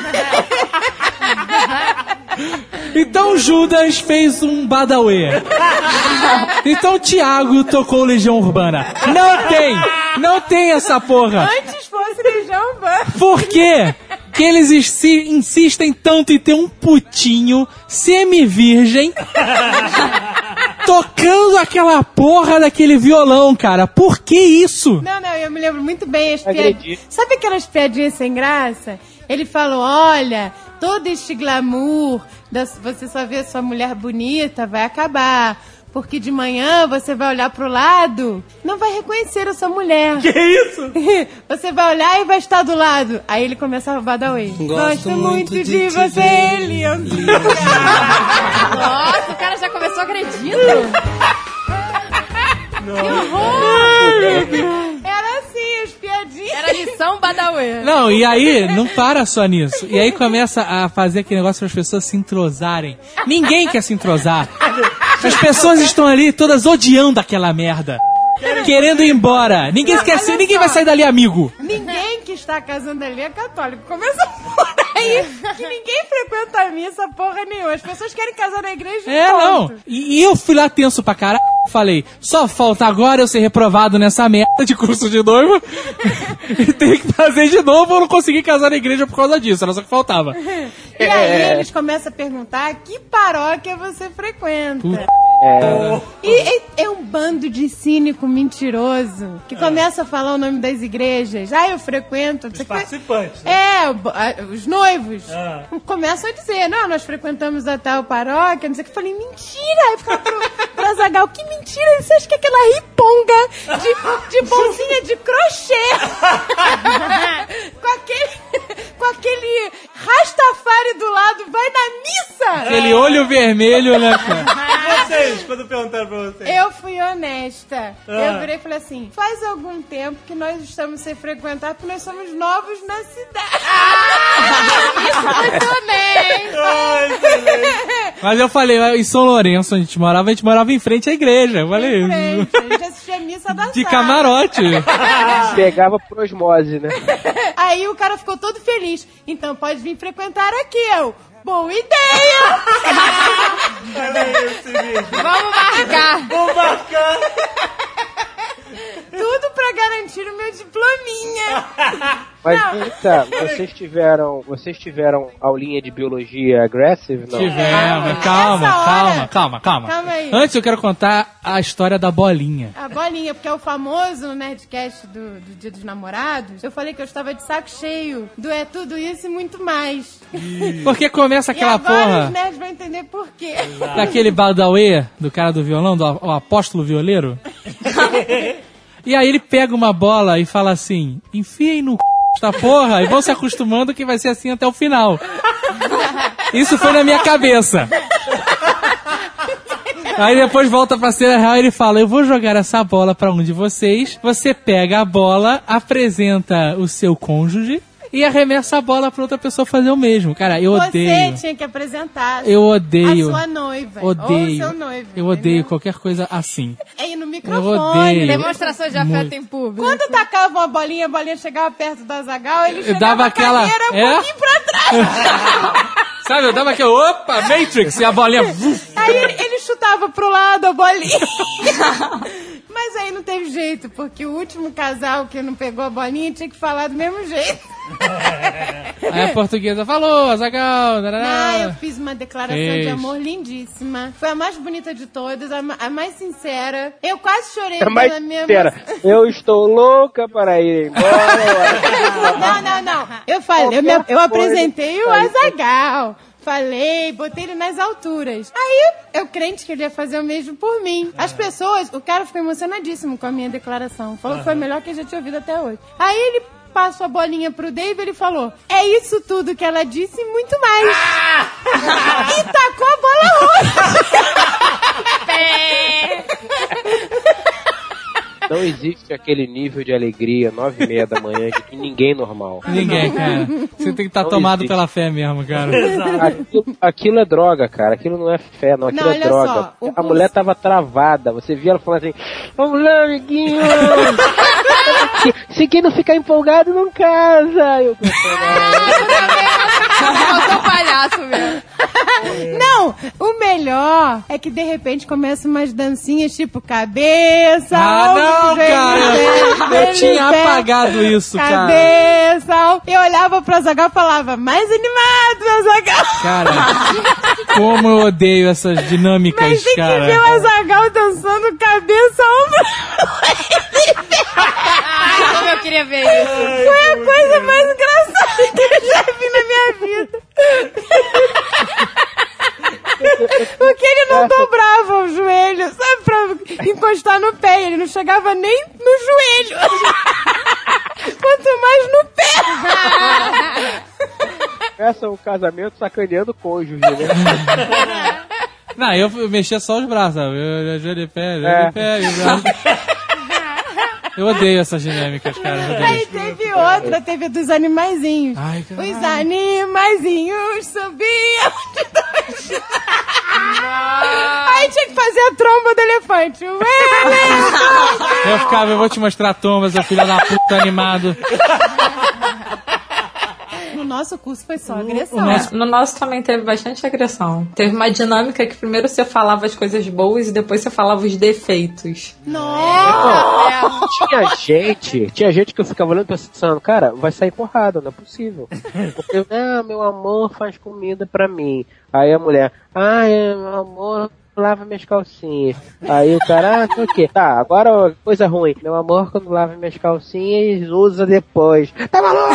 S7: Então Judas fez um badauê. Então Tiago tocou Legião Urbana. Não tem! Não tem essa porra!
S6: Antes fosse Legião Urbana.
S7: Por quê? Que eles insi- insistem tanto em ter um putinho semi-virgem tocando aquela porra daquele violão, cara. Por que isso?
S6: Não, não, eu me lembro muito bem as
S4: Agredi.
S6: piadinhas. Sabe aquelas piadinhas sem graça? Ele falou, olha, todo este glamour, da, você só vê sua mulher bonita, vai acabar. Porque de manhã você vai olhar pro lado, não vai reconhecer a sua mulher.
S2: Que isso?
S6: Você vai olhar e vai estar do lado. Aí ele começava a badauê. Gosto muito de, de você, Leandrinho.
S3: Nossa, o cara já começou agredindo.
S6: Que horror! Era assim, as piadinhas.
S3: Era lição Badauê.
S7: Não, e aí, não para só nisso. E aí começa a fazer aquele negócio para as pessoas se entrosarem. Ninguém quer se entrosar. As pessoas estão ali todas odiando aquela merda. querendo ir embora. Ninguém
S6: Não,
S7: esquece,
S6: olha
S7: ninguém
S6: só.
S7: vai sair dali amigo.
S6: Ninguém que está casando ali é católico. Começa por aí que ninguém frequenta a missa porra nenhuma. As pessoas querem casar na igreja e
S7: É,
S6: ponto.
S7: não. E, e eu fui lá tenso pra caralho. Falei, só falta agora eu ser reprovado nessa merda de curso de noivo. E ter que fazer de novo, eu não consegui casar na igreja por causa disso. Era só que faltava.
S6: E aí eles começam a perguntar que paróquia você frequenta.
S7: Puta.
S6: E, e é um bando de cínico mentiroso que começa a falar o nome das igrejas. Ah, eu frequento. Os
S2: participantes, né?
S6: É, o- a- os noivos.
S2: Ah.
S6: Começam a dizer, não, nós frequentamos a tal paróquia, não sei o que. Eu falei, mentira! Aí ficava pro, pro Azaghal, que mentira! Você acha que aquela riponga de, de bolsinha de crochê com aquele, com aquele Rastafari do lado vai na missa?
S7: Aquele olho vermelho, né, cara?
S2: Vocês, quando perguntaram pra vocês.
S6: Eu fui honesta.
S2: Ah.
S6: Eu virei e falei assim, faz algum tempo que nós estamos sem frequentar porque nós somos novos na cidade.
S3: Muito bem.
S2: Ai, excelente.
S7: Mas eu falei, em São Lourenço, a gente morava, a gente morava em frente à igreja. Eu falei,
S6: Frente, a gente assistia a missa da
S7: de
S6: sala.
S7: camarote.
S4: Pegava por osmose, né?
S6: Aí o cara ficou todo feliz. Então pode vir frequentar aqui, eu. Boa ideia!
S2: Olha aí esse vídeo.
S3: Vamos marcar.
S2: Vou marcar.
S6: Tudo pra garantir o meu diplominha.
S4: Mas
S6: Não.
S4: vem cá, vocês tiveram, vocês tiveram aulinha de biologia aggressive? Não.
S7: Tivemos,
S6: Ah,
S7: calma,
S6: nessa hora-
S7: calma, calma, calma.
S6: Calma aí.
S7: Antes eu quero contar a história da bolinha.
S6: A bolinha, porque é o famoso Nerdcast do, do Dia dos Namorados. Eu falei que eu estava de saco cheio do é tudo isso e muito mais.
S7: Porque começa
S6: E
S7: aquela
S6: agora os
S7: porra
S6: nerds vão entender por quê.
S7: daquele Badawi, do cara do violão, do o apóstolo violeiro. E aí ele pega uma bola e fala assim, enfiem no c... esta porra e vão se acostumando que vai ser assim até o final. Isso foi na minha cabeça. Aí depois volta pra cena real e ele fala, eu vou jogar essa bola pra um de vocês, você pega a bola, apresenta o seu cônjuge e arremessa a bola pra outra pessoa fazer o mesmo. Cara, eu
S6: Você
S7: odeio.
S6: tinha que apresentar
S7: Eu odeio.
S6: a sua noiva.
S7: Odeio.
S6: Ou o seu noivo.
S7: Eu odeio qualquer coisa assim.
S6: É ir no
S7: Eu
S6: microfone.
S7: odeio.
S3: Demonstração de afeto
S7: Muito.
S3: em público.
S6: Quando tacava uma bolinha, a bolinha chegava perto do Azaghal, ele chegava
S7: dava
S6: a
S7: aquela-
S6: cadeira um
S7: é?
S6: pouquinho pra trás.
S7: Sabe, eu dava aquele, opa, Matrix, e a bolinha...
S6: Aí ele, ele chutava pro lado a bolinha. Mas aí não teve jeito, porque o último casal que não pegou a bolinha tinha que falar do mesmo jeito.
S7: Aí a portuguesa falou, Azaghal...
S6: Não, eu fiz uma declaração
S7: Fez.
S6: de amor lindíssima. Foi a mais bonita de todas, a, ma- a mais sincera. Eu quase chorei
S4: É mais
S6: pela minha
S4: sincera. Eu estou louca para ir embora.
S6: Não, não, não. Eu falei, eu, me- eu apresentei o Azaghal. Falei, botei ele nas alturas. Aí, eu crente que ele ia fazer o mesmo por mim. As pessoas, o cara ficou emocionadíssimo com a minha declaração. Falou que foi a melhor que eu já tinha ouvido até hoje. Aí ele passou a bolinha pro Dave e ele falou, é isso tudo que ela disse e muito mais. E tacou a bola roxa.
S4: Não existe aquele nível de alegria, nove e meia da manhã, de que ninguém é normal.
S7: Ninguém, cara. Você tem que estar
S4: Não
S7: tomado
S4: existe.
S7: pela fé mesmo, cara.
S4: Aquilo, aquilo é droga, cara. Aquilo não é fé, não. Aquilo
S6: Não,
S4: é
S6: olha
S4: droga.
S6: só, o
S4: A
S6: curso-
S4: mulher tava travada. Você via ela falando assim: vamos lá, amiguinho. se, se quem não ficar empolgado, não casa. Eu
S3: Faltou um palhaço mesmo.
S6: Não, o melhor é que de repente começam umas dancinhas tipo cabeça.
S7: Ah, não,
S6: ombro,
S7: cara.
S6: joelho,
S7: Eu tinha
S6: pé,
S7: apagado isso, cara.
S6: Cabeça. Eu olhava pro Azaghal e falava, mais animado, Azaghal.
S7: Cara, como eu odeio essas dinâmicas,
S6: Mas tem
S7: cara.
S6: que ver o Azaghal dançando cabeça, ombro.
S3: Ai, como eu queria ver isso.
S6: Foi a coisa mais engraçada que eu já vi na minha vida. Porque ele não dobrava o joelho, sabe, pra encostar no pé. Ele não chegava nem no joelho. Quanto mais no pé.
S4: Começa o casamento sacaneando o cônjuge, né?
S7: Não, eu mexia só os braços, sabe? Eu, eu, joelho de pé, joelho
S4: É.
S7: de pé, e o braço. Eu odeio essas dinâmicas, cara. Eu odeio.
S6: Aí teve outra, teve a dos animaizinhos.
S7: Ai, caralho.
S6: Os animaizinhos subiam de dois. Aí tinha que fazer a tromba do elefante. elefante. O elefante.
S7: Eu ficava, eu vou te mostrar Thomas, seu filho da puta animado.
S6: No nosso curso foi só agressão.
S5: É, no nosso também teve bastante agressão. Teve uma dinâmica que primeiro você falava as coisas boas e depois você falava os defeitos.
S6: Nossa!
S4: Tinha gente, tinha gente que eu ficava olhando pensando, cara, vai sair porrada, não é possível. Porque, ah, meu amor faz comida pra mim. Aí a mulher, ah, meu amor lava minhas calcinhas. Aí o cara, ah, não sei o quê. Tá, agora coisa ruim. Meu amor, quando lava minhas calcinhas, usa depois. Tá maluco?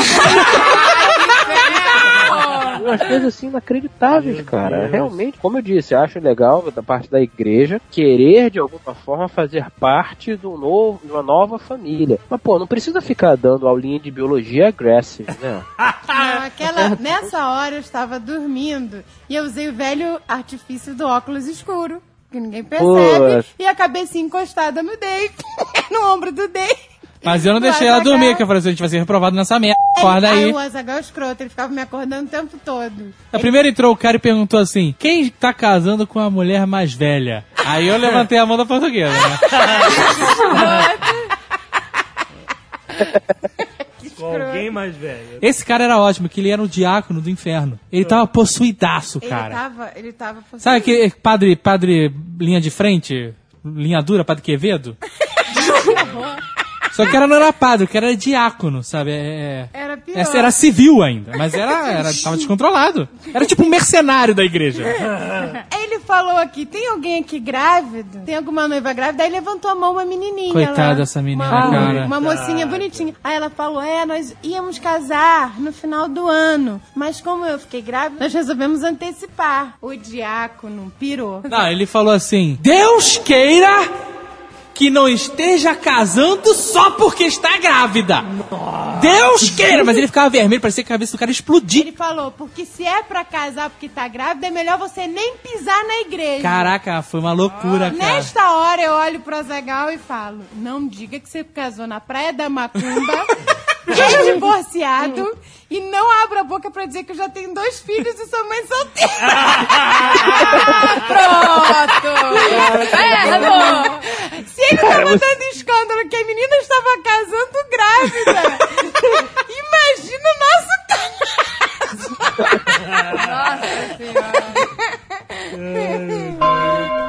S4: Umas coisas assim inacreditáveis, cara. Realmente, como eu disse, eu acho legal da parte da igreja querer de alguma forma fazer parte do novo, de uma nova família. Mas pô, não precisa ficar dando aulinha de biologia aggressive, né?
S6: Não, aquela, nessa hora eu estava dormindo e eu usei o velho artifício do óculos escuro, que ninguém percebe,
S4: Pô.
S6: e a cabecinha encostada no Dave, no ombro do Dave.
S7: Mas eu não deixei ela dormir, que eu falei assim, a gente vai ser reprovado nessa merda. Acorda aí.
S6: Aí o Azaghal escroto, ele ficava me acordando o tempo todo.
S7: A primeira entrou o cara e perguntou assim, quem tá casando com a mulher mais velha? Aí eu levantei a mão da portuguesa, né?
S2: Com alguém mais velho.
S7: Esse cara era ótimo, que ele era o diácono do inferno. Ele tava possuidaço,
S6: Ele
S7: cara.
S6: tava, ele tava...
S7: Sabe aquele padre, padre linha de frente? Linha dura, padre Quevedo? Só que era, não era padre, o cara era diácono, sabe? É,
S6: Era pior.
S7: Essa era civil ainda, mas era, era, tava descontrolado. Era tipo um mercenário da igreja.
S6: Aí ele falou aqui, tem alguém aqui grávido? Tem alguma noiva grávida? Aí levantou a mão uma menininha
S7: Coitada
S6: lá.
S7: dessa menina,
S6: uma,
S7: cara.
S6: Uma mocinha bonitinha. Aí ela falou, é, nós íamos casar no final do ano, mas como eu fiquei grávida, nós resolvemos antecipar. O diácono pirou.
S7: Não, ele falou assim, Deus queira que não esteja casando só porque está grávida. Nossa. Deus queira! Mas ele ficava vermelho, parecia que a cabeça do cara explodia.
S6: Ele falou, porque se é pra casar porque tá grávida, é melhor você nem pisar na igreja.
S7: Caraca, foi uma loucura, cara.
S6: Nesta hora eu olho pro Azaghal e falo, não diga que você casou na Praia da Macumba, é divorciado, e não abra a boca pra dizer que eu já tenho dois filhos e sou mãe solteira.
S3: Pronto! É, amor!
S6: Se ele tá mandando escândalo que a menina estava casando grávida, imagina o nosso caso!
S3: Nossa Senhora!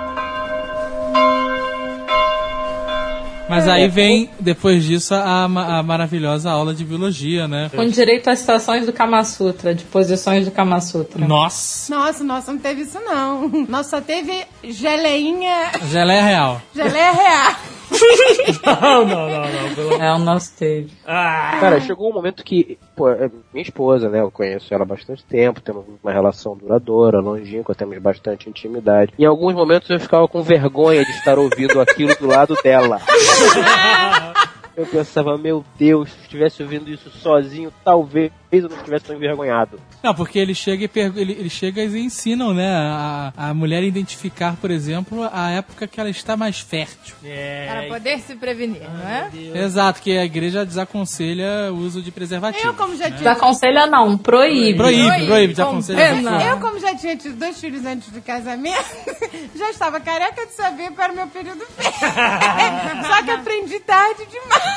S7: Mas aí vem, depois disso, a, a maravilhosa aula de biologia, né?
S5: Com direito às citações do Kama Sutra, de posições do Kama Sutra.
S7: Nossa!
S6: Nossa, nossa, não teve isso não. Nossa, só teve geleinha...
S7: Geleia real.
S6: Geleia real.
S2: Não, não, não, não. Pelo...
S5: É, o nosso teve.
S2: Ah.
S4: Cara, chegou um momento que, pô, é minha esposa, né, eu conheço ela há bastante tempo, temos uma relação duradoura, longínqua, temos bastante intimidade. Em alguns momentos eu ficava com vergonha de estar ouvindo aquilo do lado dela. Eu pensava, meu Deus, se estivesse ouvindo isso sozinho, talvez eu não estivesse tão envergonhado.
S7: Não, porque ele chega e pergu- ele, ele chega e ensinam, né, a, a mulher identificar, por exemplo, a época que ela está mais fértil.
S2: É.
S3: Para poder se prevenir, não é?
S7: Exato, que a igreja desaconselha o uso de preservativo.
S6: Eu, como já tinha...
S5: Desaconselha não, proíbe.
S7: Proíbe,
S3: Proíbe,
S7: proíbe,
S3: com
S7: desaconselha.
S3: pena.
S6: Eu, como já tinha tido dois filhos antes do casamento, já estava careca de saber qual era o meu período fértil. Só que aprendi tarde demais.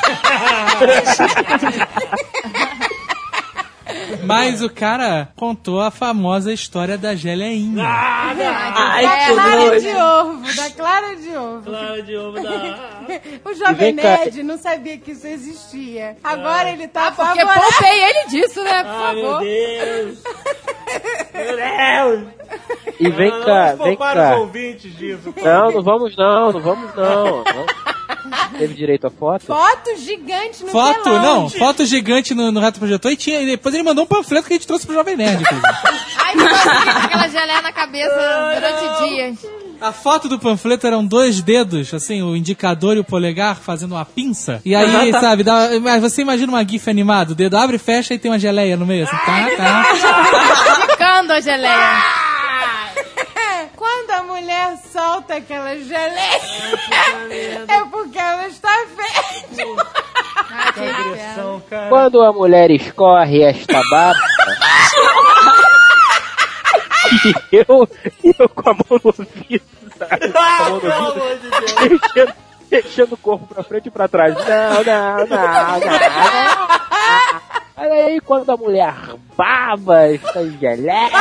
S7: Mas o cara contou a famosa história da geleinha.
S2: Ah,
S5: Ai,
S6: Da
S5: que
S6: clara
S5: nojo.
S6: de ovo, da clara de ovo.
S2: Clara de ovo da...
S6: O Jovem
S4: vem cá-
S6: Nerd não sabia que isso existia. Agora ele tá
S3: Ah, porque
S6: favorável.
S3: poupei ele disso, né? Por
S2: Ai, meu
S3: favor.
S2: Deus. Meu Deus.
S4: E vem
S2: Ah,
S4: cá,
S2: vamos
S4: vem
S2: poupar
S4: cá.
S2: os ouvintes disso.
S4: Não, não vamos não, não vamos não. não. Teve direito a foto?
S6: Foto gigante no
S7: Foto,
S6: telão.
S7: não, foto gigante no, no retroprojetor e tinha, e depois ele mandou um panfleto que a gente trouxe pro Jovem Nerd, inclusive.
S3: Ai, que eu aquela geleia na cabeça durante dias.
S7: A foto do panfleto eram dois dedos, assim, o indicador e o polegar fazendo uma pinça. E aí, sabe, dá, mas você imagina uma gif animada, o dedo abre e fecha e tem uma geleia no meio, assim, tá, tá.
S3: Ficando a geleia.
S6: Quando a mulher solta aquela geleia, é porque ela está fértil.
S3: Ai, que inferno.
S2: Agressão, cara.
S4: Quando a mulher escorre esta baba... e eu, e eu com a mão no ouvido... Tomando vidro, mexendo, mexendo o corpo pra frente e pra trás. Não, não, não, não. Olha aí quando a mulher baba, essa geleia.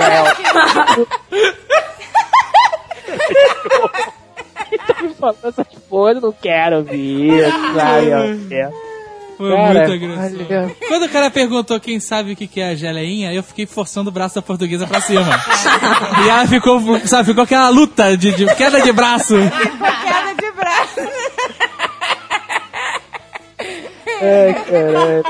S4: E tá me falando essas coisas, não quero ouvir. Ai,
S7: Foi
S4: cara,
S7: muito agressivo.
S4: olha.
S7: Quando o cara perguntou quem sabe o que é a geleinha, eu fiquei forçando o braço da portuguesa pra cima. E ela ficou, sabe, ficou aquela luta de, de queda de braço.
S6: Queda de braço.
S4: Ai, caralho.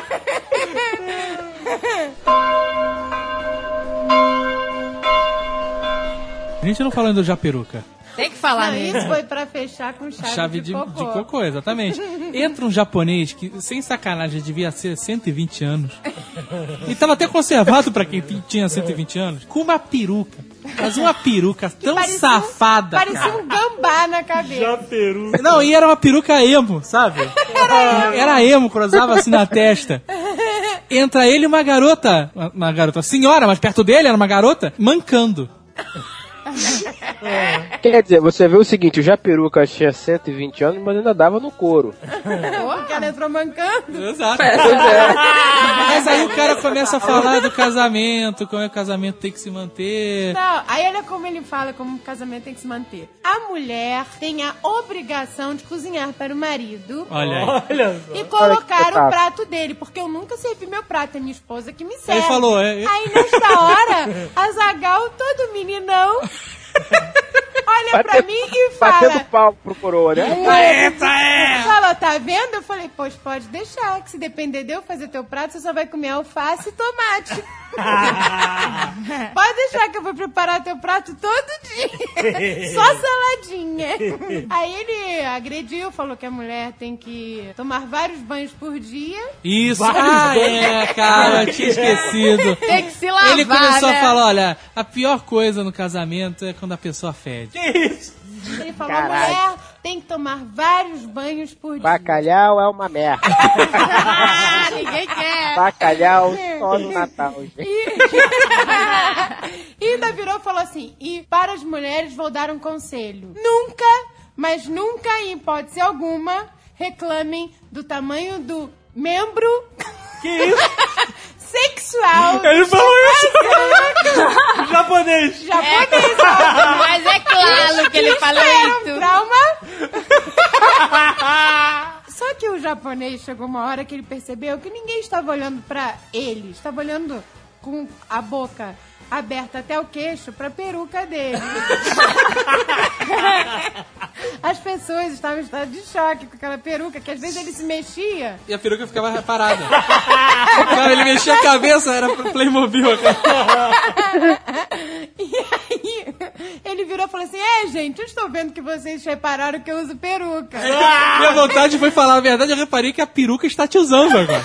S7: A gente não falou ainda do Japeruca.
S3: Tem que falar
S6: Não,
S3: nisso.
S6: isso foi pra fechar com chave,
S7: Chave
S6: de,
S7: de,
S6: cocô.
S7: de cocô, exatamente. Entra um japonês que, sem sacanagem, devia ser cento e vinte anos. E tava até conservado pra quem t- tinha cento e vinte anos, com uma peruca. Mas uma peruca tão
S6: parecia um-
S7: safada.
S6: Parecia um gambá na cabeça.
S2: Peru.
S7: Não, e era uma peruca emo, sabe? Era emo, cruzava assim na testa. Entra ele e uma garota, uma, uma garota, uma senhora, mas perto dele era uma garota, mancando.
S4: Quer dizer, você vê o seguinte, o Japeruca tinha cento e vinte anos, mas ainda dava no couro.
S6: O cara entrou mancando.
S7: Exato. Mas aí o cara começa a falar do casamento, como é que o casamento tem que se manter.
S6: Não, aí olha como ele fala, como o casamento tem que se manter. A mulher tem a obrigação de cozinhar para o marido
S7: Olha aí.
S2: Olha só.
S6: e colocar
S4: Olha que
S6: o prato dele, porque eu nunca servi meu prato, é minha esposa que me serve.
S7: Ele falou, é, é-
S6: Aí nesta hora, Azaghal, todo meninão, olha pra mim e
S4: Batendo
S6: fala...
S4: pau pro coroa, né?
S7: Eita, é!
S6: Fala, tá vendo? Eu falei, pois pode deixar, que se depender de eu fazer teu prato, você só vai comer alface e tomate. Pode deixar que eu vou preparar teu prato todo dia. Só saladinha. Aí ele agrediu, falou que a mulher tem que tomar vários banhos por dia.
S7: Isso, ah, é, cara, eu tinha esquecido.
S3: Tem que se lavar,
S7: Ele começou
S3: né?
S7: a falar, olha, a pior coisa no casamento é quando a pessoa fede.
S2: Que isso?
S6: Ele falou,
S4: Caralho.
S6: a mulher tem que tomar vários banhos por dia.
S4: Bacalhau é uma merda.
S3: Ah, ninguém quer.
S4: Bacalhau só no Natal, gente.
S6: E... e ainda virou e falou assim, e para as mulheres vou dar um conselho. Nunca, mas nunca, em hipótese alguma, reclamem do tamanho do membro
S2: Que isso?
S6: sexual.
S2: Ele falou isso! Japonês!
S6: Japonês.
S3: Mas é claro que ele falou
S6: Era um
S3: isso.
S6: trauma. Só que o japonês chegou uma hora que ele percebeu que ninguém estava olhando pra ele, estava olhando com a boca aberta até o queixo pra peruca dele. As pessoas estavam em estado de choque com aquela peruca, que às vezes ele se mexia.
S7: E a peruca ficava parada. Cara, ele mexia a cabeça, era pro Playmobil.
S6: E aí ele virou e falou assim, é gente, eu estou vendo que vocês repararam que eu uso peruca.
S7: Minha vontade foi falar a verdade, eu reparei que a peruca está te usando agora.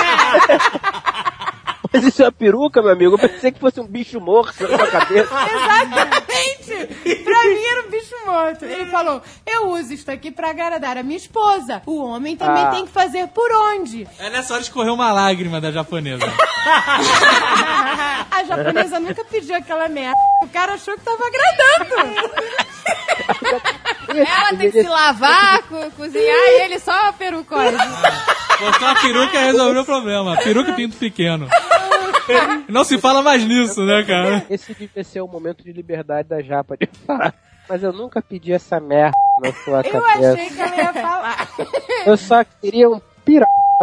S4: Mas isso é uma peruca, meu amigo? Eu pensei que fosse um bicho morto na sua cabeça.
S6: Exatamente! Pra mim era um bicho morto. Ele falou, eu uso isso aqui pra agradar a minha esposa. O homem também
S4: Ah.
S6: tem que fazer por onde?
S7: É nessa hora escorreu uma lágrima da japonesa.
S6: A japonesa nunca pediu aquela merda. O cara achou que tava agradando.
S3: Ela tem que se lavar, co- cozinhar e ele só a perucose.
S7: Botou a peruca e resolveu o problema. Peruca e pinto pequeno. Não se fala mais nisso, né, cara?
S4: Esse devia ser o momento de liberdade da japa de falar. Mas eu nunca pedi essa merda na sua
S6: Eu
S4: cabeça.
S6: achei que ela ia falar.
S4: Eu só queria um pirão.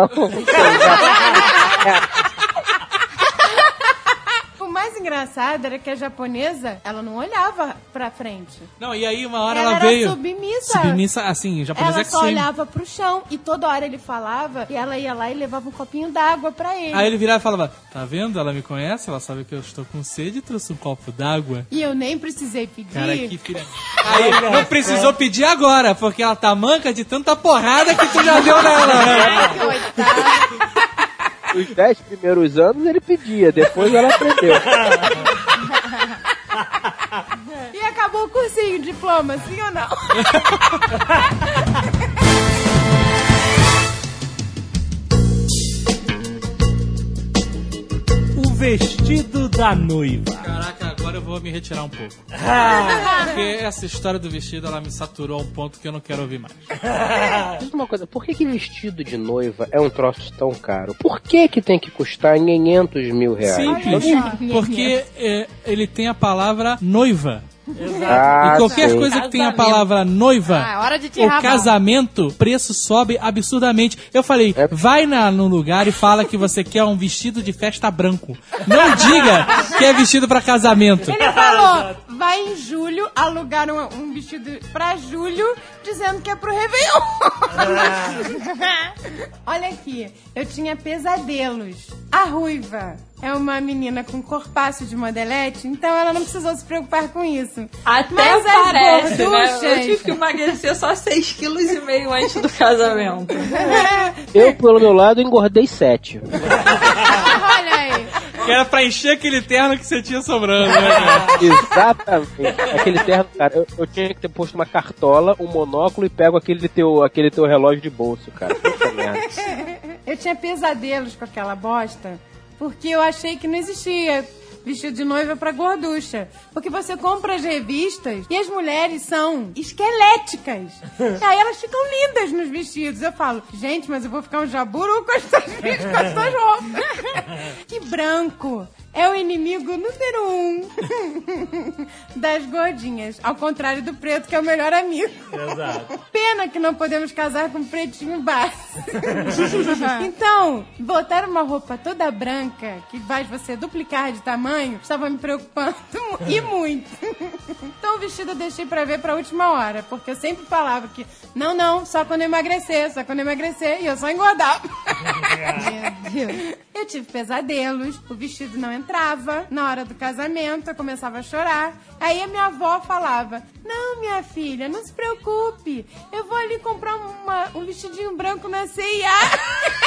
S6: O mais engraçado era que a japonesa, ela não olhava pra frente.
S7: Não, e aí uma hora
S6: Ela
S7: ela,
S6: era
S7: veio...
S6: submissa.
S7: Submissa, assim, japonesa
S6: Ela
S7: é que
S6: só
S7: sim.
S6: olhava pro chão e toda hora ele falava e ela ia lá e levava um copinho d'água pra ele.
S7: Aí ele virava e falava, tá vendo? Ela me conhece, ela sabe que eu estou com sede e trouxe um copo d'água.
S6: E eu nem precisei pedir.
S7: Cara, que filha... Aí, não precisou pedir agora, porque ela tá manca de tanta porrada que tu já deu nela, né?
S3: Coitado.
S4: Os dez primeiros anos ele pedia, depois ela aprendeu.
S6: E acabou o cursinho, diploma, sim ou não?
S2: O vestido da noiva.
S7: Caraca, agora eu vou vou me retirar um pouco. Porque essa história do vestido, ela me saturou a um ponto que eu não quero ouvir mais.
S4: Diz uma coisa, por que que vestido de noiva é um troço tão caro? Por que que tem que custar quinhentos mil reais?
S7: Simples, porque é, ele tem a palavra noiva.
S4: Ah,
S7: e qualquer
S4: sei.
S7: coisa que tenha a palavra noiva,
S3: Ah, hora de te
S7: o
S3: rabar.
S7: casamento, o preço sobe absurdamente. Eu falei,
S4: É.
S7: vai na, num lugar e fala que você quer um vestido de festa branco. Não diga que é vestido pra casamento.
S6: Ele falou, vai em julho alugar um, um vestido pra julho, dizendo que é pro Réveillon. Olha aqui, eu tinha pesadelos. A Ruiva é uma menina com corpaço de modelete, então ela não precisou se preocupar com isso.
S5: Até
S6: Mas as
S5: parece, né?
S6: gorduchas-
S5: Eu tive que emagrecer só seis vírgula cinco quilos antes do casamento.
S4: Eu, pelo meu lado, engordei sete.
S3: Olha aí.
S7: Que era pra encher aquele terno que você tinha sobrando, né, cara?
S4: Exatamente. Aquele terno, cara, eu, eu tinha que ter posto uma cartola, um monóculo e pego aquele teu, aquele teu relógio de bolso, cara. Puta merda.
S6: Eu tinha pesadelos com aquela bosta, porque eu achei que não existia vestido de noiva pra gorducha. Porque você compra as revistas e as mulheres são esqueléticas. E aí elas ficam lindas nos vestidos. Eu falo, gente, mas eu vou ficar um jaburu com essas, com essas roupas. Que branco é o inimigo número um das gordinhas. Ao contrário do preto, que é o melhor amigo.
S2: Exato.
S6: Pena que não podemos casar com um pretinho básico. Então, botar uma roupa toda branca, que faz você duplicar de tamanho, estava me preocupando e muito. Então o vestido eu deixei pra ver pra última hora, porque eu sempre falava que não, não, só quando eu emagrecer, só quando eu emagrecer, e eu só engordava. Meu Deus. Eu tive pesadelos, o vestido não entrava, na hora do casamento eu começava a chorar. Aí a minha avó falava, não, minha filha, não se preocupe, eu vou ali comprar uma, um vestidinho branco na C e A.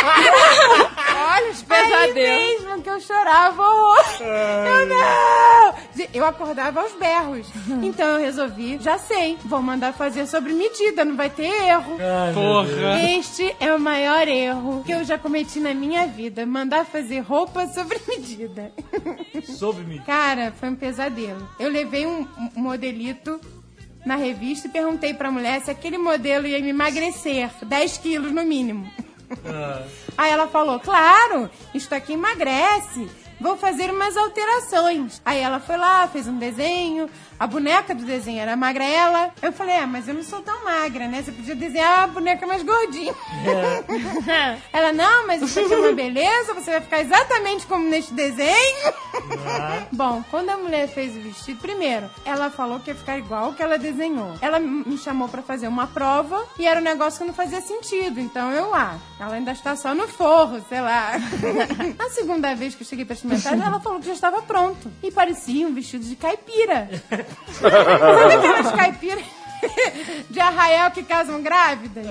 S3: Olha os
S6: Aí
S3: pesadelos.
S6: mesmo que eu chorava horror. Eu não! Eu acordava aos berros. Então eu resolvi, já sei, vou mandar fazer sobre medida, não vai ter erro.
S7: Porra.
S6: Este é o maior erro que eu já cometi na minha vida, mandar fazer roupa sobre medida.
S2: Soube-me.
S6: Cara, foi um pesadelo. Eu levei um um modelito na revista e perguntei pra mulher se aquele modelo ia me emagrecer dez quilos no mínimo. Aí ela falou, claro, isto aqui emagrece, vou fazer umas alterações. Aí ela foi lá, fez um desenho, a boneca do desenho era magrela. Eu falei, ah, mas eu não sou tão magra, né? Você podia desenhar a boneca mais gordinha. É. Ela, não, mas isso aqui é uma beleza, você vai ficar exatamente como neste desenho. Bom, quando a mulher fez o vestido, primeiro, ela falou que ia ficar igual o que ela desenhou. Ela me chamou pra fazer uma prova e era um negócio que não fazia sentido. Então eu, ah, ela ainda está só no forro, sei lá. Na segunda vez que eu cheguei pra experimentar, ela falou que já estava pronto. E parecia um vestido de caipira. Sabe aquelas caipiras de arraial que casam grávidas?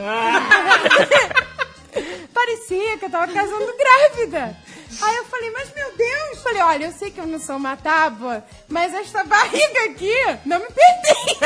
S6: Parecia que eu tava casando grávida. Aí eu falei, mas meu Deus. Falei, olha, eu sei que eu não sou uma tábua, mas esta barriga aqui não me pertence.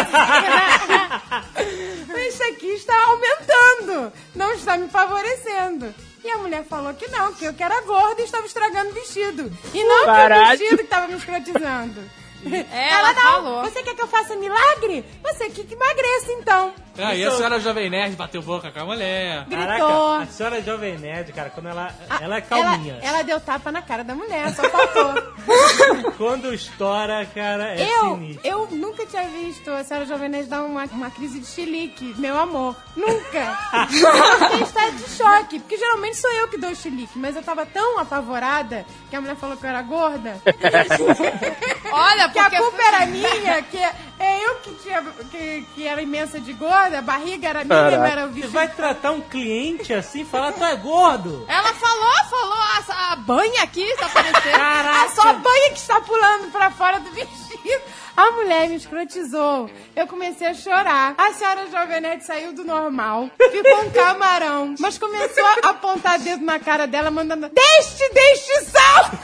S6: Isso aqui está aumentando, não está me favorecendo. E a mulher falou que não, que eu que era gorda e estava estragando o vestido. E não
S4: Caralho.
S6: que o vestido que estava me escrotizando.
S3: É,
S6: Ela,
S3: ela
S6: não,
S3: falou.
S6: você quer que eu faça milagre? Você quer que emagreça, então.
S7: Ah, e a senhora Jovem Nerd bateu boca com a mulher.
S6: Gritou.
S2: Caraca, a senhora Jovem Nerd, cara, quando ela, ela é calminha.
S6: Ela, ela deu tapa na cara da mulher, só faltou.
S2: Quando estoura, cara, é
S6: eu,
S2: sinistro.
S6: eu nunca tinha visto a senhora Jovem Nerd dar uma, uma crise de chilique, meu amor. Nunca. Eu fiquei em estado de choque, porque geralmente sou eu que dou chilique, mas eu tava tão apavorada que a mulher falou que eu era gorda.
S3: Olha,
S6: Que a
S3: porque...
S6: culpa era minha, que é eu que, tinha, que, que era imensa de gorda, a barriga era minha, não era o
S2: Você
S6: vestido.
S2: vai tratar um cliente assim, falar, tu é gordo?
S3: Ela falou, falou, a, a banha aqui tá aparecendo.
S6: É só a banha que está pulando pra fora do vestido. A mulher me escrotizou. Eu comecei a chorar. A senhora Jovem Nerd saiu do normal. Ficou um camarão. Mas começou a apontar dedo na cara dela, mandando, deixe deste salto!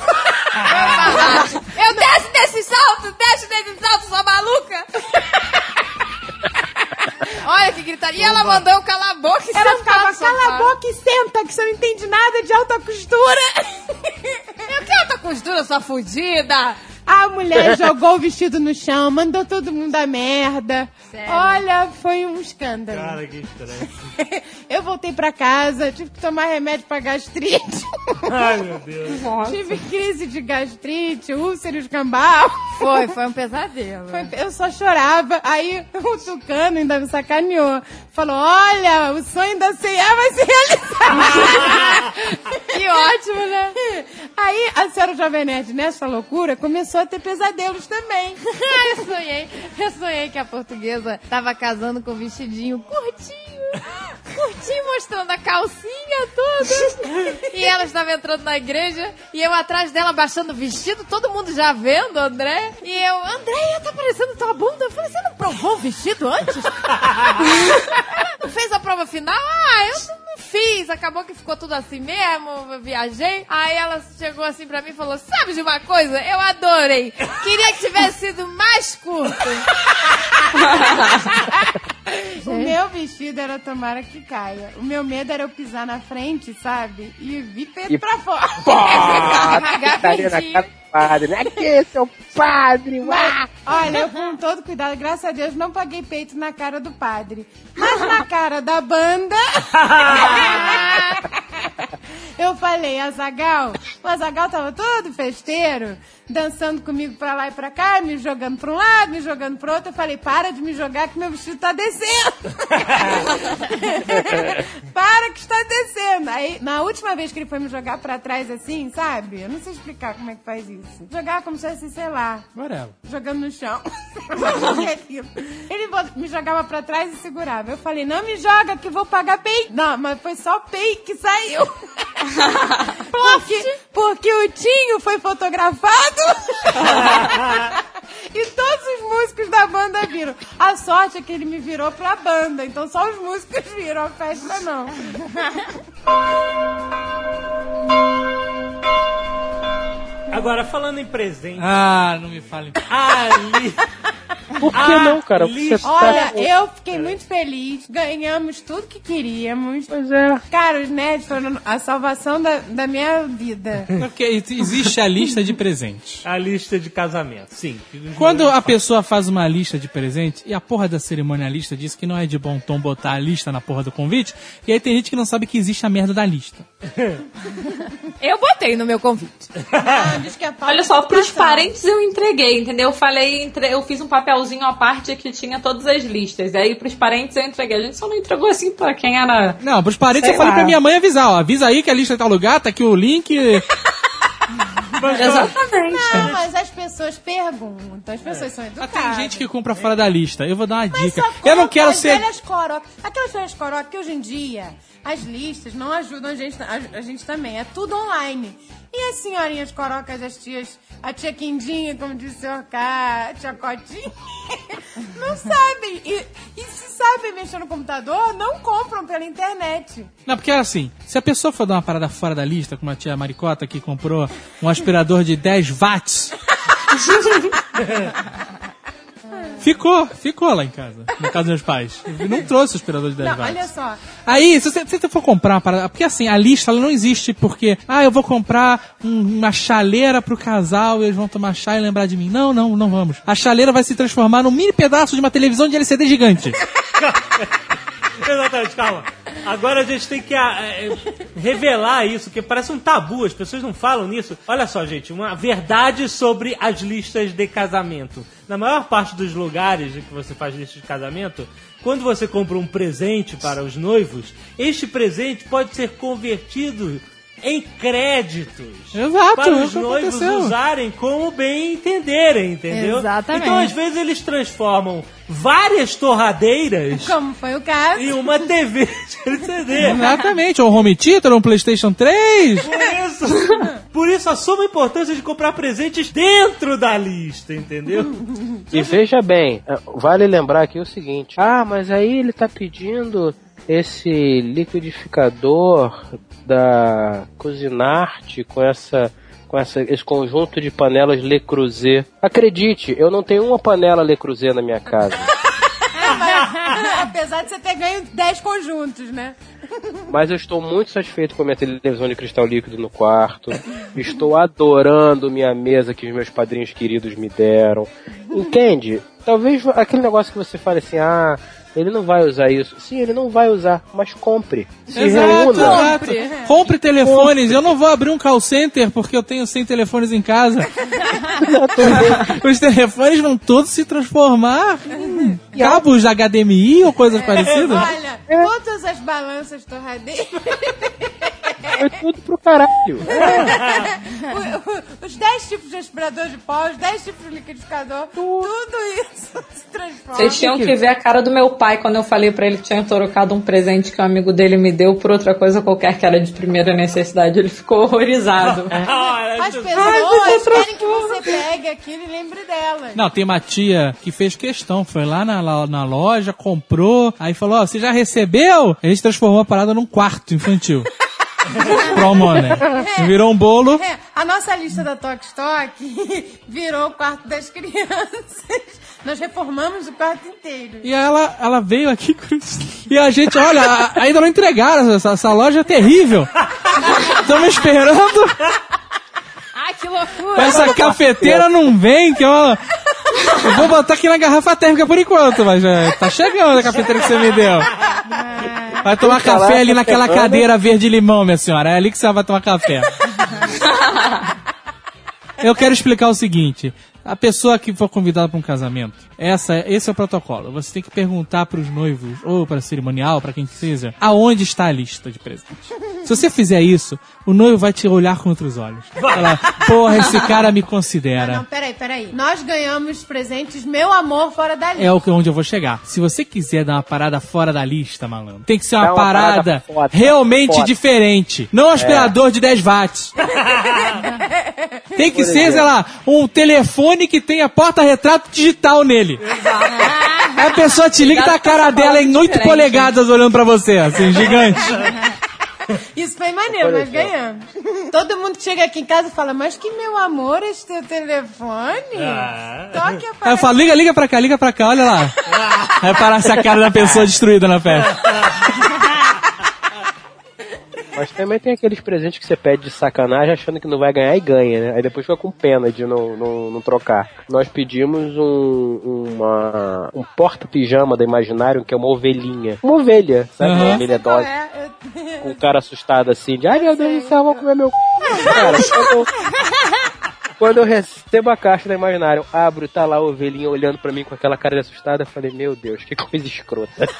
S3: Eu desço desse salto, desço desse salto, sua maluca. Olha que gritaria. E ela mandou eu calar a boca e
S6: Ela
S3: sentar
S6: ficava,
S3: no sofá.
S6: cala a boca e senta, que você não entende nada de alta costura.
S3: Eu que alta costura, sua fudida.
S6: A mulher jogou o vestido no chão, mandou todo mundo a merda.
S3: Sério?
S6: Olha, foi um escândalo.
S2: Cara, que estresse.
S6: Eu voltei pra casa, tive que tomar remédio pra gastrite.
S2: Ai, meu Deus.
S5: Nossa.
S6: Tive crise de gastrite, úlcera escambau.
S3: Foi, foi um pesadelo.
S6: Foi- Eu só chorava. Aí o Tucano ainda me sacaneou. Falou, olha, o sonho da C E A vai se realizar.
S3: Que ótimo, né?
S6: Aí a senhora Jovem Nerd, nessa loucura, começou a ter pesadelos também.
S3: Eu sonhei, eu sonhei que a portuguesa tava casando com um vestidinho curtinho, curtinho, mostrando a calcinha toda. E ela estava entrando na igreja e eu atrás dela baixando o vestido, todo mundo já vendo, André. E eu, Andréia, tá parecendo tua bunda. Eu falei, você não provou o vestido antes? Não fez a prova final? Ah, eu não, não fiz. Acabou que ficou tudo assim mesmo, eu viajei. Aí ela chegou assim pra mim e falou, sabe de uma coisa? Eu adorei. Queria que tivesse sido mais curto.
S6: O meu vestido era tomara que caia. O meu medo era eu pisar na frente, sabe? E vir peito
S4: E-
S6: pra fora.
S4: Pô, estaria na cara do padre. Aqui, seu padre. Uá.
S6: Olha, eu com todo cuidado, graças a Deus, não paguei peito na cara do padre. Mas na cara da banda... Eu falei, Azaghal, o Azaghal tava todo festeiro, dançando comigo pra lá e pra cá, me jogando pra um lado, me jogando pro outro. Eu falei, para de me jogar que meu vestido tá descendo. Para que está descendo. Aí, na última vez que ele foi me jogar pra trás assim, sabe? Eu não sei explicar como é que faz isso. Jogar como se fosse, sei lá,
S7: Whatever.
S6: jogando no chão. Ele me jogava pra trás e segurava. Eu falei, não me joga que vou pagar pei. Não, mas foi só pei que saiu. porque, porque o Tinho foi fotografado. E todos os músicos da banda viram. A sorte é que ele me virou pra banda. Então só os músicos viram, a festa não.
S2: Agora, falando em presente,
S7: Ah, não me fale.
S2: ali...
S4: Por que
S2: Ah,
S4: não, cara?
S2: lixo.
S4: Você tá...
S6: Olha, eu fiquei muito feliz. Ganhamos tudo que queríamos.
S4: Pois é.
S6: Cara, os nerds foram a salvação da, da minha vida.
S7: Porque existe a lista de presentes.
S2: A lista de casamento, sim.
S7: Quando a pessoa faz uma lista de presente e a porra da cerimonialista diz que não é de bom tom botar a lista na porra do convite, e aí tem gente que não sabe que existe a merda da lista.
S3: Eu botei no meu convite.
S6: Ah, diz que é falta
S5: Olha só,
S6: de
S5: pros
S6: educação.
S5: parentes eu entreguei, entendeu? Eu falei, entre- eu fiz um papelzinho à parte que tinha todas as listas. Aí pros parentes eu entreguei. A gente só não entregou assim pra quem era.
S7: Não, pros parentes
S5: Sei
S7: eu falei
S5: lá.
S7: pra minha mãe avisar, ó. Avisa aí que a lista tá no lugar, tá aqui o link.
S5: Exatamente.
S6: Não, mas as pessoas perguntam. As pessoas são
S7: Mas
S6: educadas.
S7: tem gente que compra fora da lista. Eu vou dar uma
S6: Mas
S7: dica.
S6: só
S7: Eu não
S6: compra
S7: quero
S6: as
S7: ser.
S6: velhas corocas. Aquelas velhas corocas que hoje em dia as listas não ajudam a gente, a, a gente também. É tudo online. E as senhorinhas corocas, as tias, a tia Quindinha, como disse o senhor K, a tia Cotinha, não sabem. E, e se sabem mexer no computador, não compram pela internet.
S7: Não, porque é assim, se a pessoa for dar uma parada fora da lista, como a tia Maricota que comprou um aspirador de dez watts, ficou, ficou lá em casa, na casa dos meus pais. Eu não trouxe o aspirador de dez
S6: Não,
S7: watts.
S6: olha só.
S7: Aí, se você, se você for comprar uma parada, porque assim, a lista ela não existe porque, ah, eu vou comprar um- uma chaleira pro casal e eles vão tomar chá e lembrar de mim. Não, não, não vamos. A chaleira vai se transformar num mini pedaço de uma televisão de L C D gigante.
S2: Exatamente, calma. Agora a gente tem que ah, é, revelar isso, que parece um tabu, as pessoas não falam nisso. Olha só, gente, uma verdade sobre as listas de casamento. Na maior parte dos lugares em que você faz lista de casamento, quando você compra um presente para os noivos, este presente pode ser convertido em créditos.
S7: Exato,
S2: para
S7: é
S2: os
S7: o que
S2: noivos
S7: aconteceu.
S2: usarem como bem entenderem, entendeu?
S3: Exatamente.
S2: Então, às vezes, eles transformam várias torradeiras
S6: Como foi o caso.
S2: em uma T V de L C D.
S7: Exatamente, ou um home theater, ou um PlayStation três.
S2: Por isso, por isso a suma importância de comprar presentes dentro da lista, entendeu?
S4: E veja bem, vale lembrar aqui o seguinte. Ah, mas aí ele tá pedindo esse liquidificador da Cuisinart com essa com essa, esse conjunto de panelas Le Creuset. Acredite, eu não tenho uma panela Le Creuset na minha casa.
S6: Apesar de você ter ganho dez conjuntos, né?
S4: Mas eu estou muito satisfeito com a minha televisão de cristal líquido no quarto. Estou adorando minha mesa que os meus padrinhos queridos me deram. Entende? Talvez aquele negócio que você fala assim, ah, ele não vai usar isso. Sim, ele não vai usar, mas compre. Se
S7: Exato,
S4: reúna.
S7: exato. Compre. Compre telefones. Compre. Eu não vou abrir um call center porque eu tenho cem telefones em casa. Os telefones vão todos se transformar em cabos de H D M I ou coisas
S6: é,
S7: parecidas.
S6: Olha, é. todas as balanças torradeiras...
S4: Foi tudo pro caralho.
S6: É. Os dez tipos de aspirador de pó, os dez tipos de liquidificador, tudo, tudo isso se transforma.
S5: Vocês tinham que ver a cara do meu pai quando eu falei pra ele que tinha trocado um presente que um amigo dele me deu por outra coisa qualquer que era de primeira necessidade. Ele ficou horrorizado.
S6: As pessoas querem que você pegue aquilo e lembre delas.
S7: Não, tem uma tia que fez questão, foi lá na, na loja, comprou, aí falou, ó, oh, você já recebeu? A gente transformou a parada num quarto infantil. Promo, né? É, virou um bolo.
S6: É, a nossa lista da Tok Stock virou o quarto das crianças. Nós reformamos o quarto inteiro.
S7: E ela, ela veio aqui e a gente, olha, ainda não entregaram, essa, essa loja é terrível. Estamos esperando.
S3: Ai, que loucura.
S7: Essa cafeteira não vem, que eu, eu vou botar aqui na garrafa térmica por enquanto, mas já tá chegando a cafeteira que você me deu. Vai tomar café ali naquela cadeira verde-limão, minha senhora. É ali que você vai tomar café. Eu quero explicar o seguinte. A pessoa que for convidada para um casamento, essa, esse é o protocolo. Você tem que perguntar para os noivos, ou para a cerimonial, para quem seja, aonde está a lista de presentes. Se você fizer isso, o noivo vai te olhar com outros olhos. Falar, porra, esse cara me considera.
S6: Não, não, peraí, peraí. Nós ganhamos presentes, meu amor, fora da lista.
S7: É o que, onde eu vou chegar. Se você quiser dar uma parada fora da lista, malandro, tem que ser uma, uma parada, parada foda, realmente foda. Diferente. Não um aspirador é. de dez watts. Tem que Por ser, exemplo. sei lá, um telefone que tenha porta-retrato digital nele. Exato. Aí a pessoa te liga e tá a cara dela em oito polegadas olhando pra você, assim, gigante.
S6: Isso foi maneiro, nós ganhamos. Todo mundo que chega aqui em casa fala, mas que meu amor, esse teu telefone? Ah. Toque a
S7: Aí eu falo, liga, liga pra cá, liga pra cá, olha lá. Aí parece a cara da pessoa destruída na festa.
S4: Mas também tem aqueles presentes que você pede de sacanagem achando que não vai ganhar e ganha, né? Aí depois fica com pena de não, não, não trocar. Nós pedimos um, uma, um porta-pijama da Imaginário, que é uma ovelhinha. Uma ovelha, sabe? Uhum. Uma ovelha dose. É? Com o cara assustado assim, de ai meu Deus do céu, vou comer meu c... Cara, quando eu, quando eu recebo a caixa da Imaginário, abro e tá lá a ovelhinha olhando pra mim com aquela cara de assustada, eu falei, meu Deus, que coisa escrota.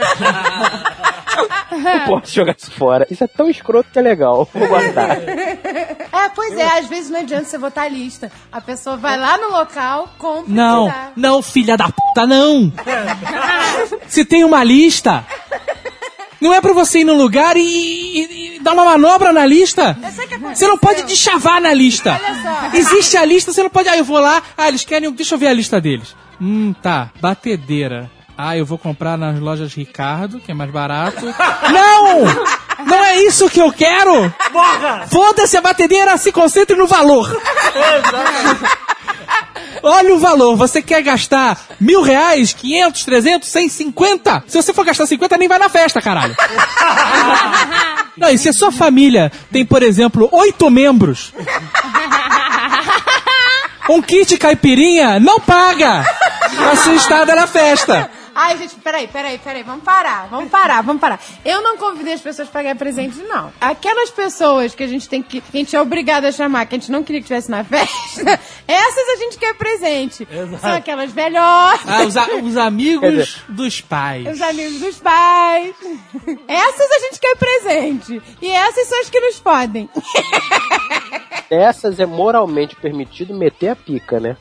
S4: Não posso jogar isso fora. Isso é tão escroto que é legal. Vou guardar.
S6: É, pois é. Às vezes não adianta você botar a lista. A pessoa vai lá no local, compra
S7: não,
S6: e dá.
S7: Não, filha da puta, não. Se tem uma lista, não é pra você ir no lugar e, e, e dar uma manobra na lista. Você não pode deschavar na lista.
S6: Olha só.
S7: Existe a lista, você não pode... Ah, eu vou lá, ah, eles querem... Deixa eu ver a lista deles. Hum, tá. Batedeira. Ah, eu vou comprar nas lojas Ricardo, que é mais barato. Não! Não é isso que eu quero! Foda-se a batedeira, se concentre no valor! Olha o valor, você quer gastar mil reais, quinhentos, trezentos, cem, cinquenta? Se você for gastar cinquenta, nem vai na festa, caralho! Não, e se a sua família tem, por exemplo, oito membros, um kit caipirinha não paga a sua estada na festa!
S6: Ai, gente, peraí, peraí, peraí, vamos parar, vamos parar, vamos parar. Eu não convidei as pessoas pra ganhar presente, não. Aquelas pessoas que a gente tem que, que a gente é obrigado a chamar, que a gente não queria que estivesse na festa, essas a gente quer presente. Exato. São aquelas velhotas.
S7: Ah, os, a, os amigos dos pais.
S6: Os amigos dos pais. Essas a gente quer presente. E essas são as que nos podem.
S4: Essas é moralmente permitido meter a pica, né?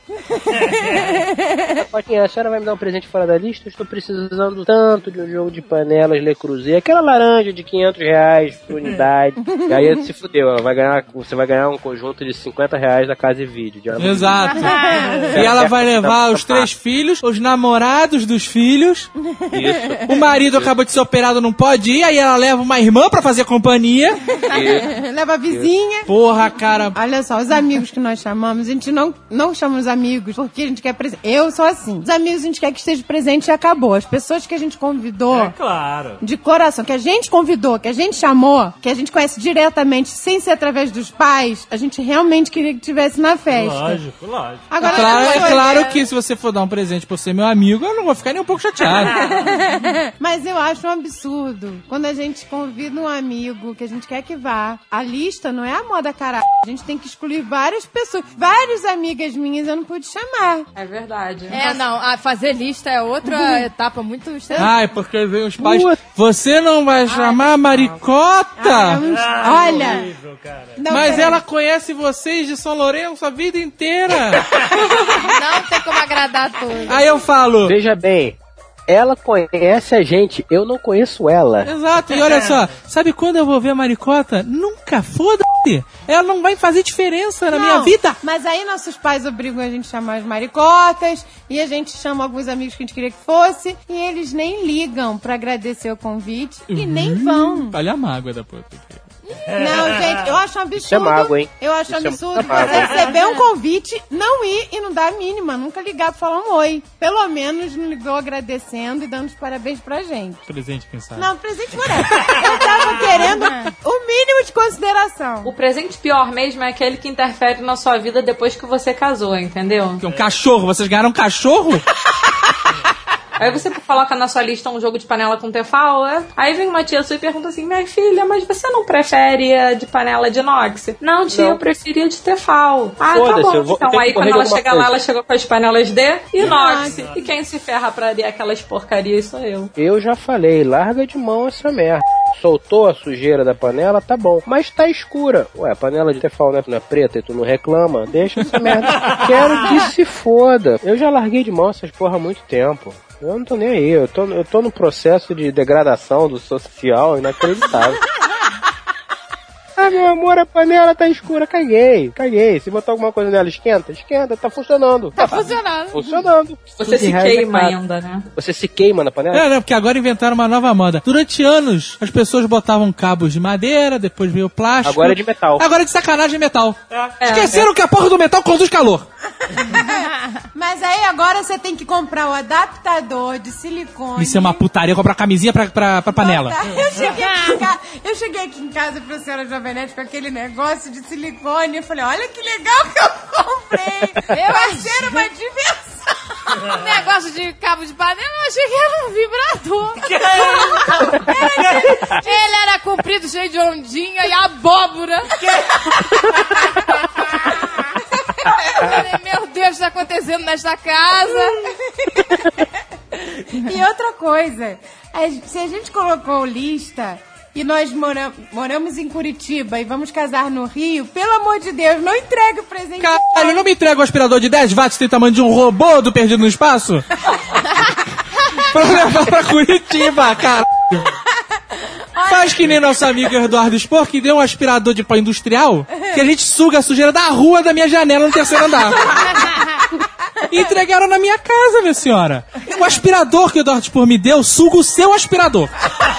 S4: A senhora vai me dar um presente fora da lista? Eu estou precisando tanto de um jogo de panelas Le Creuset, aquela laranja de quinhentos reais por unidade. E aí se fudeu, ela vai ganhar, você vai ganhar um conjunto de cinquenta reais da Casa e Vídeo.
S7: Exato. E ela vai levar os três filhos, os namorados dos filhos.
S4: Isso.
S7: O marido acabou de ser operado, não pode ir, aí ela leva uma irmã pra fazer companhia.
S4: Isso.
S6: leva a vizinha.
S7: Porra, cara.
S6: Olha só, os amigos que nós chamamos, a gente não, não chama os amigos porque a gente quer presente. Eu sou assim. Os amigos a gente quer que esteja presente e acabou. As pessoas que a gente convidou,
S2: É claro.
S6: de coração, que a gente convidou, que a gente chamou, que a gente conhece diretamente, sem ser através dos pais, a gente realmente queria que tivesse na festa.
S2: Lógico, lógico.
S6: Agora,
S7: É claro, é
S6: pessoa-
S7: claro que se você for dar um presente por ser meu amigo, eu não vou ficar nem um pouco chateado.
S6: Mas eu acho um absurdo quando a gente convida um amigo que a gente quer que vá. A lista não é a moda caralho. A gente tem que excluir várias pessoas. Várias amigas minhas eu não pude chamar.
S5: É verdade.
S3: É, não, a fazer lista é outra etapa muito estranha.
S7: Ai, porque vem os pais. Você não vai chamar a Maricota?
S6: Ah, olha,
S2: Horrível, cara.
S6: não,
S7: Mas
S6: peraí.
S7: ela conhece vocês de São Lourenço a vida inteira.
S3: Não tem como agradar todos.
S7: Aí eu falo.
S4: Veja bem, ela conhece a gente, eu não conheço ela.
S7: Exato, e olha só, sabe quando eu vou ver a Maricota? Nunca, foda-se. Ela não vai fazer diferença na
S6: Não,
S7: minha vida.
S6: Mas aí nossos pais obrigam a gente a chamar as maricotas e a gente chama alguns amigos que a gente queria que fosse e eles nem ligam pra agradecer o convite e nem vão.
S7: Olha a mágoa da puta.
S6: Não, gente, eu acho um absurdo.
S4: Isso é mágoa, hein?
S6: Eu acho um
S4: Isso é
S6: absurdo
S4: muita
S6: você
S4: mágoa.
S6: receber um convite, não ir e não dar a mínima, nunca ligar pra falar um oi. Pelo menos não ligou agradecendo e dando os parabéns pra gente.
S7: Presente, quem sabe?
S6: Não, presente whatever. Eu tava querendo o mínimo de consideração.
S5: O presente pior mesmo é aquele que interfere na sua vida depois que você casou, entendeu?
S7: Que é um cachorro, vocês ganharam um cachorro?
S5: Aí você coloca na sua lista um jogo de panela com Tefal, é? Aí vem uma tia sua e pergunta assim, minha filha, mas você não prefere a de panela de inox? Não, tia,
S4: Não.
S5: eu preferia de Tefal. Ah, tá
S4: Foda-se,
S5: bom.
S4: eu vou-
S5: Então
S4: tenho
S5: aí
S4: que
S5: quando
S4: correr
S5: ela
S4: alguma
S5: chega
S4: coisa.
S5: lá, ela chegou com as panelas de inox. E quem se ferra pra abrir aquelas porcarias sou eu.
S4: Eu já falei, larga de mão essa merda. Soltou a sujeira da panela, tá bom. Mas tá escura. Ué, a panela de Tefal não é- não é preta e tu não reclama? Deixa essa merda. Quero que se foda. Eu já larguei de mão essas porra há muito tempo. Eu não tô nem aí. Eu tô, eu tô no processo de degradação do social inacreditável. Ah, meu amor, a panela tá escura. Caguei, caguei. Se botar alguma coisa nela, esquenta? Esquenta, tá funcionando.
S3: Tá funcionando.
S4: Funcionando.
S5: Você se queima ainda, né?
S4: Você se queima na panela?
S7: É, né? Porque agora inventaram uma nova moda. Durante anos, as pessoas botavam cabos de madeira, depois veio plástico.
S4: Agora é de metal.
S7: Agora é de sacanagem é metal.
S5: É.
S7: Esqueceram que a porra do metal conduz calor.
S6: Mas aí agora você tem que comprar o adaptador de silicone.
S7: Isso é uma putaria, comprar camisinha pra, pra, pra panela.
S6: Eu cheguei, aqui em casa, eu cheguei aqui em casa pra senhora Jovem Nerd com aquele negócio de silicone. Eu falei, olha que legal que eu comprei. Eu achei uma diversão.
S3: Negócio de cabo de panela, eu achei que era um vibrador. Era que- Ele era comprido, cheio de ondinha e abóbora. Eu falei, meu Deus, o que está acontecendo nesta casa?
S6: E outra coisa, a- se a gente colocou lista e nós mora- moramos em Curitiba e vamos casar no Rio, pelo amor de Deus, não entregue o presente.
S7: Caralho, não me entrega um aspirador de dez watts que tem tamanho de um robô do Perdido no Espaço? Pra levar pra Curitiba, caralho. Faz que nem nosso amigo Eduardo Spor, que deu um aspirador de pó industrial, que a gente suga a sujeira da rua da minha janela no terceiro andar. E entregaram na minha casa, minha senhora. O aspirador que o Eduardo Spor me deu, suga o seu aspirador.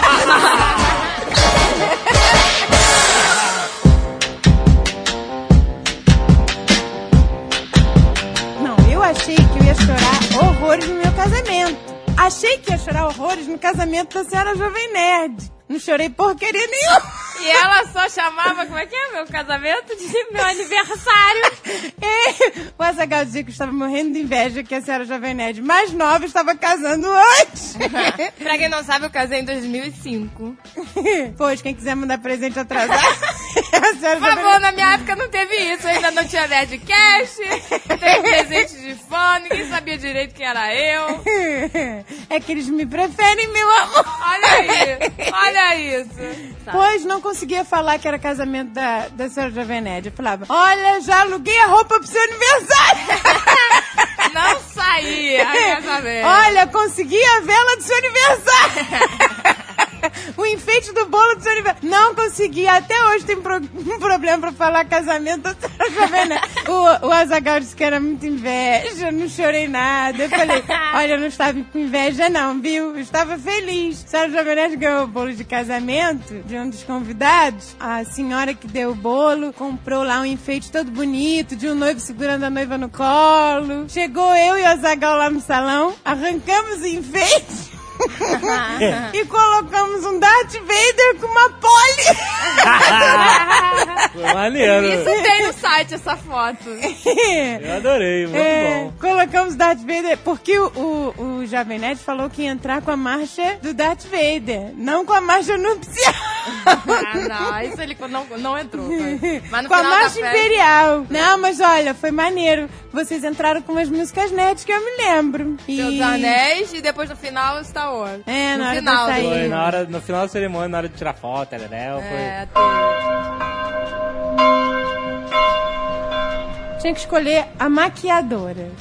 S6: Não, eu achei que eu ia chorar horrores no meu casamento. Achei que ia chorar horrores no casamento da senhora Jovem Nerd. Não chorei porcaria nenhuma.
S3: E ela só chamava, como é que é, meu casamento de meu aniversário.
S6: E o Azaghal dizia que estava morrendo de inveja que a senhora Jovem Nerd mais nova estava casando antes.
S3: Pra quem não sabe, eu casei em dois mil e cinco.
S6: Pois, quem quiser mandar presente atrasado. a senhora
S3: Por favor, na minha época não teve isso. Eu ainda não tinha Nerdcast, não teve presente de fã, ninguém sabia direito quem era eu.
S6: É que eles me preferem, meu amor.
S3: Olha aí, olha isso.
S6: Pois não conseguia falar que era casamento da, da senhora Jovem Nerd. Eu falava, olha, já aluguei a roupa pro seu aniversário.
S3: Não saía a casamento.
S6: Olha, consegui a vela do seu aniversário. O enfeite do bolo do seu aniversário. expectativa. Não consegui. Até hoje tem pro, um problema pra falar casamento da Sarah Jovem Nerd. O, o Azaghal disse que era muita inveja, não chorei nada. Eu falei, olha, eu não estava com inveja não, viu? Eu estava feliz. Sarah Jovem Nerd ganhou o bolo de casamento de um dos convidados. A senhora que deu o bolo comprou lá um enfeite todo bonito, de um noivo segurando a noiva no colo. Chegou eu e o Azaghal lá no salão, arrancamos o enfeite e colocamos um Darth Vader com uma pole.
S2: Foi maneiro.
S3: Isso tem no site essa foto.
S2: Eu adorei, muito
S6: É,
S2: bom.
S6: colocamos Darth Vader, porque o, o, o Jovem Nerd falou que ia entrar com a marcha do Darth Vader, não com a marcha nupcial.
S3: Ah, não, isso ele não, não entrou. Mas no
S6: Com a
S3: final da
S6: marcha
S3: festa-
S6: imperial. Não, mas olha, foi maneiro. Vocês entraram com umas músicas nerds que eu me lembro.
S3: Senhor dos Anéis e depois no final Star Wars.
S6: É,
S3: no
S6: na hora
S3: final,
S6: da saída.
S2: Foi na hora, no final da cerimônia, na hora de tirar foto, tereréu, foi...
S3: É, tem.
S6: Tinha que escolher a maquiadora.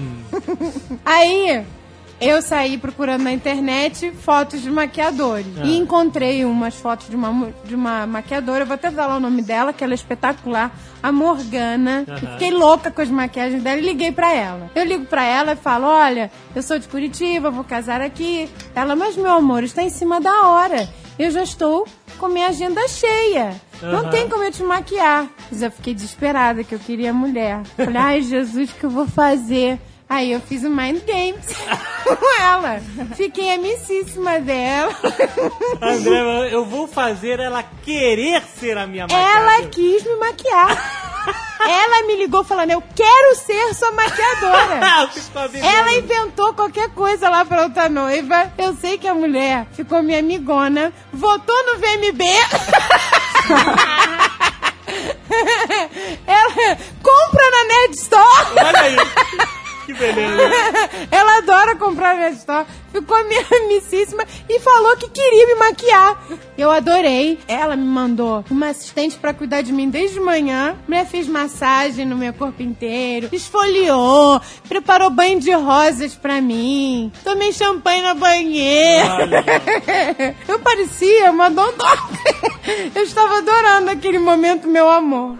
S6: Aí, eu saí procurando na internet fotos de maquiadores.
S2: Ah.
S6: E encontrei umas fotos de uma, mu- de uma maquiadora. Eu vou até falar o nome dela, que ela é espetacular. A Morgana.
S2: Aham.
S6: Eu fiquei louca com as maquiagens dela e liguei pra ela. Eu ligo pra ela e falo, olha, eu sou de Curitiba, vou casar aqui. Ela, mas meu amor, está em cima da hora. Eu já estou com minha agenda cheia. Não
S2: Aham.
S6: tem como eu te maquiar. Mas eu fiquei desesperada, que eu queria mulher. Falei, ai, Jesus, o que eu vou fazer? Aí eu fiz o Mind Games com ela. Fiquei amicíssima dela.
S2: André, eu vou fazer ela querer ser a minha maquiadora.
S6: Ela quis me maquiar. Ela me ligou falando, eu quero ser sua maquiadora. Ela inventou qualquer coisa lá pra outra noiva. Eu sei que a mulher ficou minha amigona, votou no V M B. Ela compra na Nerd Store.
S2: Olha aí. Que beleza.
S6: Ela adora comprar na Nerd Store. Ficou minha amicíssima e falou que queria me maquiar. Eu adorei. Ela me mandou uma assistente pra cuidar de mim desde manhã. A mulher fez massagem no meu corpo inteiro, esfoliou, preparou banho de rosas pra mim. Tomei champanhe na banheira. Eu parecia uma dondona. Eu estava adorando aquele momento, meu amor.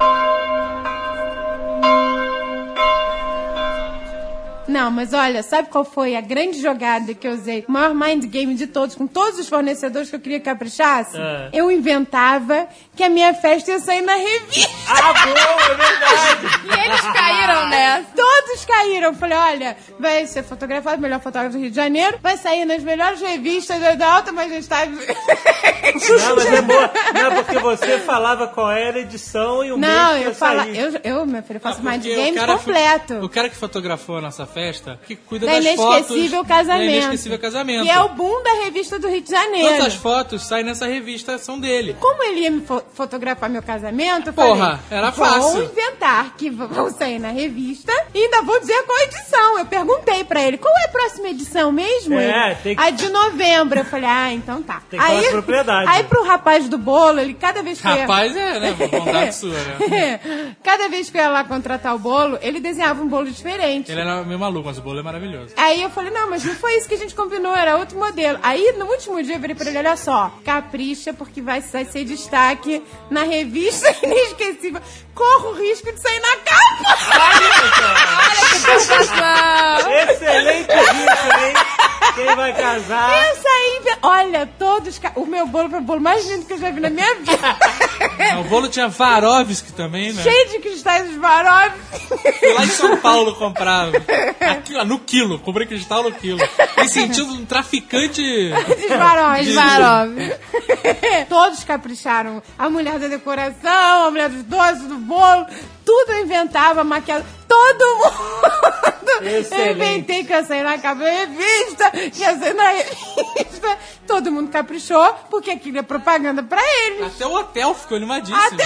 S6: Não, mas olha, sabe qual foi a grande jogada que eu usei? O maior mind game de todos, com todos os fornecedores que eu queria caprichasse?
S2: É.
S6: Eu inventava que a minha festa ia sair na revista.
S2: Ah, boa, é verdade.
S3: E eles caíram nessa.
S6: Todos caíram. Eu falei, olha, vai ser fotografado, melhor fotógrafo do Rio de Janeiro, vai sair nas melhores revistas da alta majestade.
S2: Não, mas é boa. Não é porque você falava qual era a edição e o mês
S6: Não,
S2: que ia
S6: eu falo,
S2: sair.
S6: eu, eu, meu filho, eu faço
S7: Ah,
S6: mind
S7: porque
S6: game
S7: o cara
S6: completo.
S7: fo- O cara que fotografou a nossa festa, que cuida
S6: Da
S7: das
S6: Inesquecível
S7: fotos...
S6: Casamento.
S7: Da Inesquecível Casamento.
S6: Que é o boom da revista do Rio de Janeiro.
S7: Todas as fotos saem nessa revista, são dele.
S6: Como ele ia me fo- fotografar meu casamento, eu
S7: Porra,
S6: falei,
S7: era
S6: vou
S7: fácil.
S6: inventar que v- vão sair na revista e ainda vou dizer qual edição. Eu perguntei pra ele, qual é a próxima edição mesmo?
S2: É,
S6: Ele,
S2: tem que-
S6: A de novembro. Eu falei, ah, então tá.
S2: Tem que falar com propriedade.
S6: Aí pro rapaz do bolo, ele cada vez que eu ia-
S7: Rapaz, é, né? Vontade sua, né?
S6: cada vez que eu ia lá contratar o bolo, ele desenhava um bolo diferente.
S7: Ele era meio maluco, mas o bolo é maravilhoso.
S6: Aí eu falei, não, mas não foi isso que a gente combinou, era outro modelo. Aí, no último dia, eu virei pra ele, olha só, capricha, porque vai, vai ser destaque na revista Inesquecível. Corro o risco de sair na capa!
S3: Olha que sensação.
S2: Excelente dica, hein? Quem vai casar?
S6: Eu saí, ve- olha, todos, ca- o meu bolo foi o bolo mais lindo que eu já vi na minha vida.
S7: Ah, o bolo tinha Varovski também, né?
S6: Cheio de cristais de Swarovski.
S7: Fui lá em São Paulo comprar. Aqui, ó, no quilo. Comprei cristal no quilo. Me senti um traficante.
S6: Swarovski.
S3: Swarovski.
S6: Todos capricharam. A mulher da decoração, a mulher dos doces, do bolo, tudo eu inventava, maquiagem. Todo mundo.
S2: Excelente.
S6: Eu inventei que ia sair na capa da revista, que ia sair na revista. Todo mundo caprichou, porque aquilo é propaganda pra eles.
S7: Até o hotel ficou animadíssimo.
S6: Até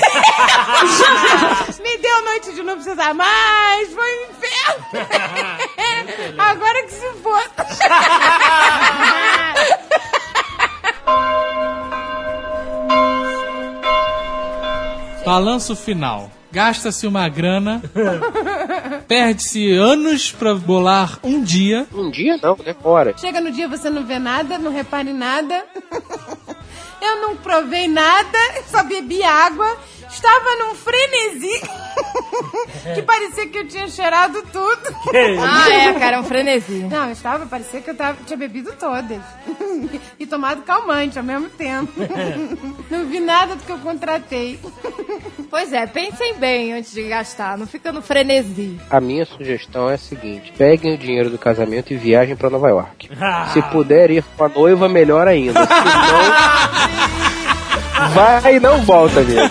S6: o... Me deu noite de núpcias a mais, foi um inferno. Agora que se for.
S7: Balanço final. Gasta-se uma grana, perde-se anos pra bolar um dia.
S4: Um dia não, né? Fora.
S6: Chega no dia, você não vê nada, não repare em nada. Eu não provei nada, só bebi água. Estava num frenesi que parecia que eu tinha cheirado tudo.
S3: Ah, é, cara, é um frenesi.
S6: Não, eu estava, parecia que eu tava, tinha bebido todas. E tomado calmante ao mesmo tempo. Não vi nada do que eu contratei.
S3: Pois é, pensem bem antes de gastar, não fica no frenesi.
S4: A minha sugestão é a seguinte: peguem o dinheiro do casamento e viajem pra Nova York. Se puder ir com a noiva, melhor ainda. Se não... Vai e não volta mesmo.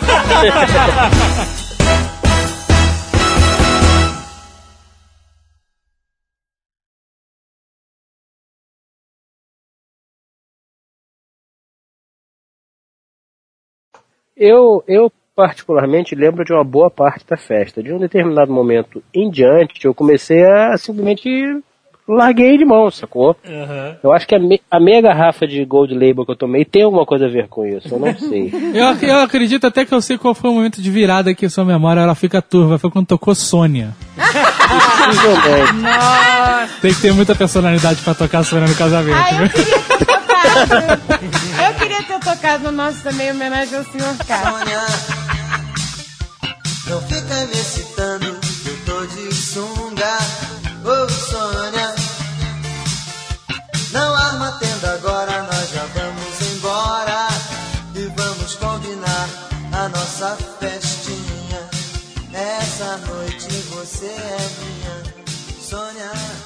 S4: Eu, eu particularmente lembro de uma boa parte da festa. De um determinado momento em diante, eu comecei a simplesmente larguei de mão, sacou? Uhum. Eu acho que a, me, a meia garrafa de Gold Label que eu tomei tem alguma coisa a ver com isso, eu não sei.
S7: eu, eu acredito até que eu sei qual foi o momento de virada que sua memória ela fica turva. Foi quando tocou Sônia.
S3: Nossa.
S7: Tem que ter muita personalidade pra tocar Sônia no casamento.
S6: Ah, eu queria ter tocado. Eu queria ter tocado no nosso também, em homenagem ao senhor Carlos.
S9: Sônia, não fica me excitando, eu tô de sunga. Ô, Sônia, não arma tenda agora, nós já vamos embora e vamos combinar a nossa festinha. Essa noite você é minha, Sônia.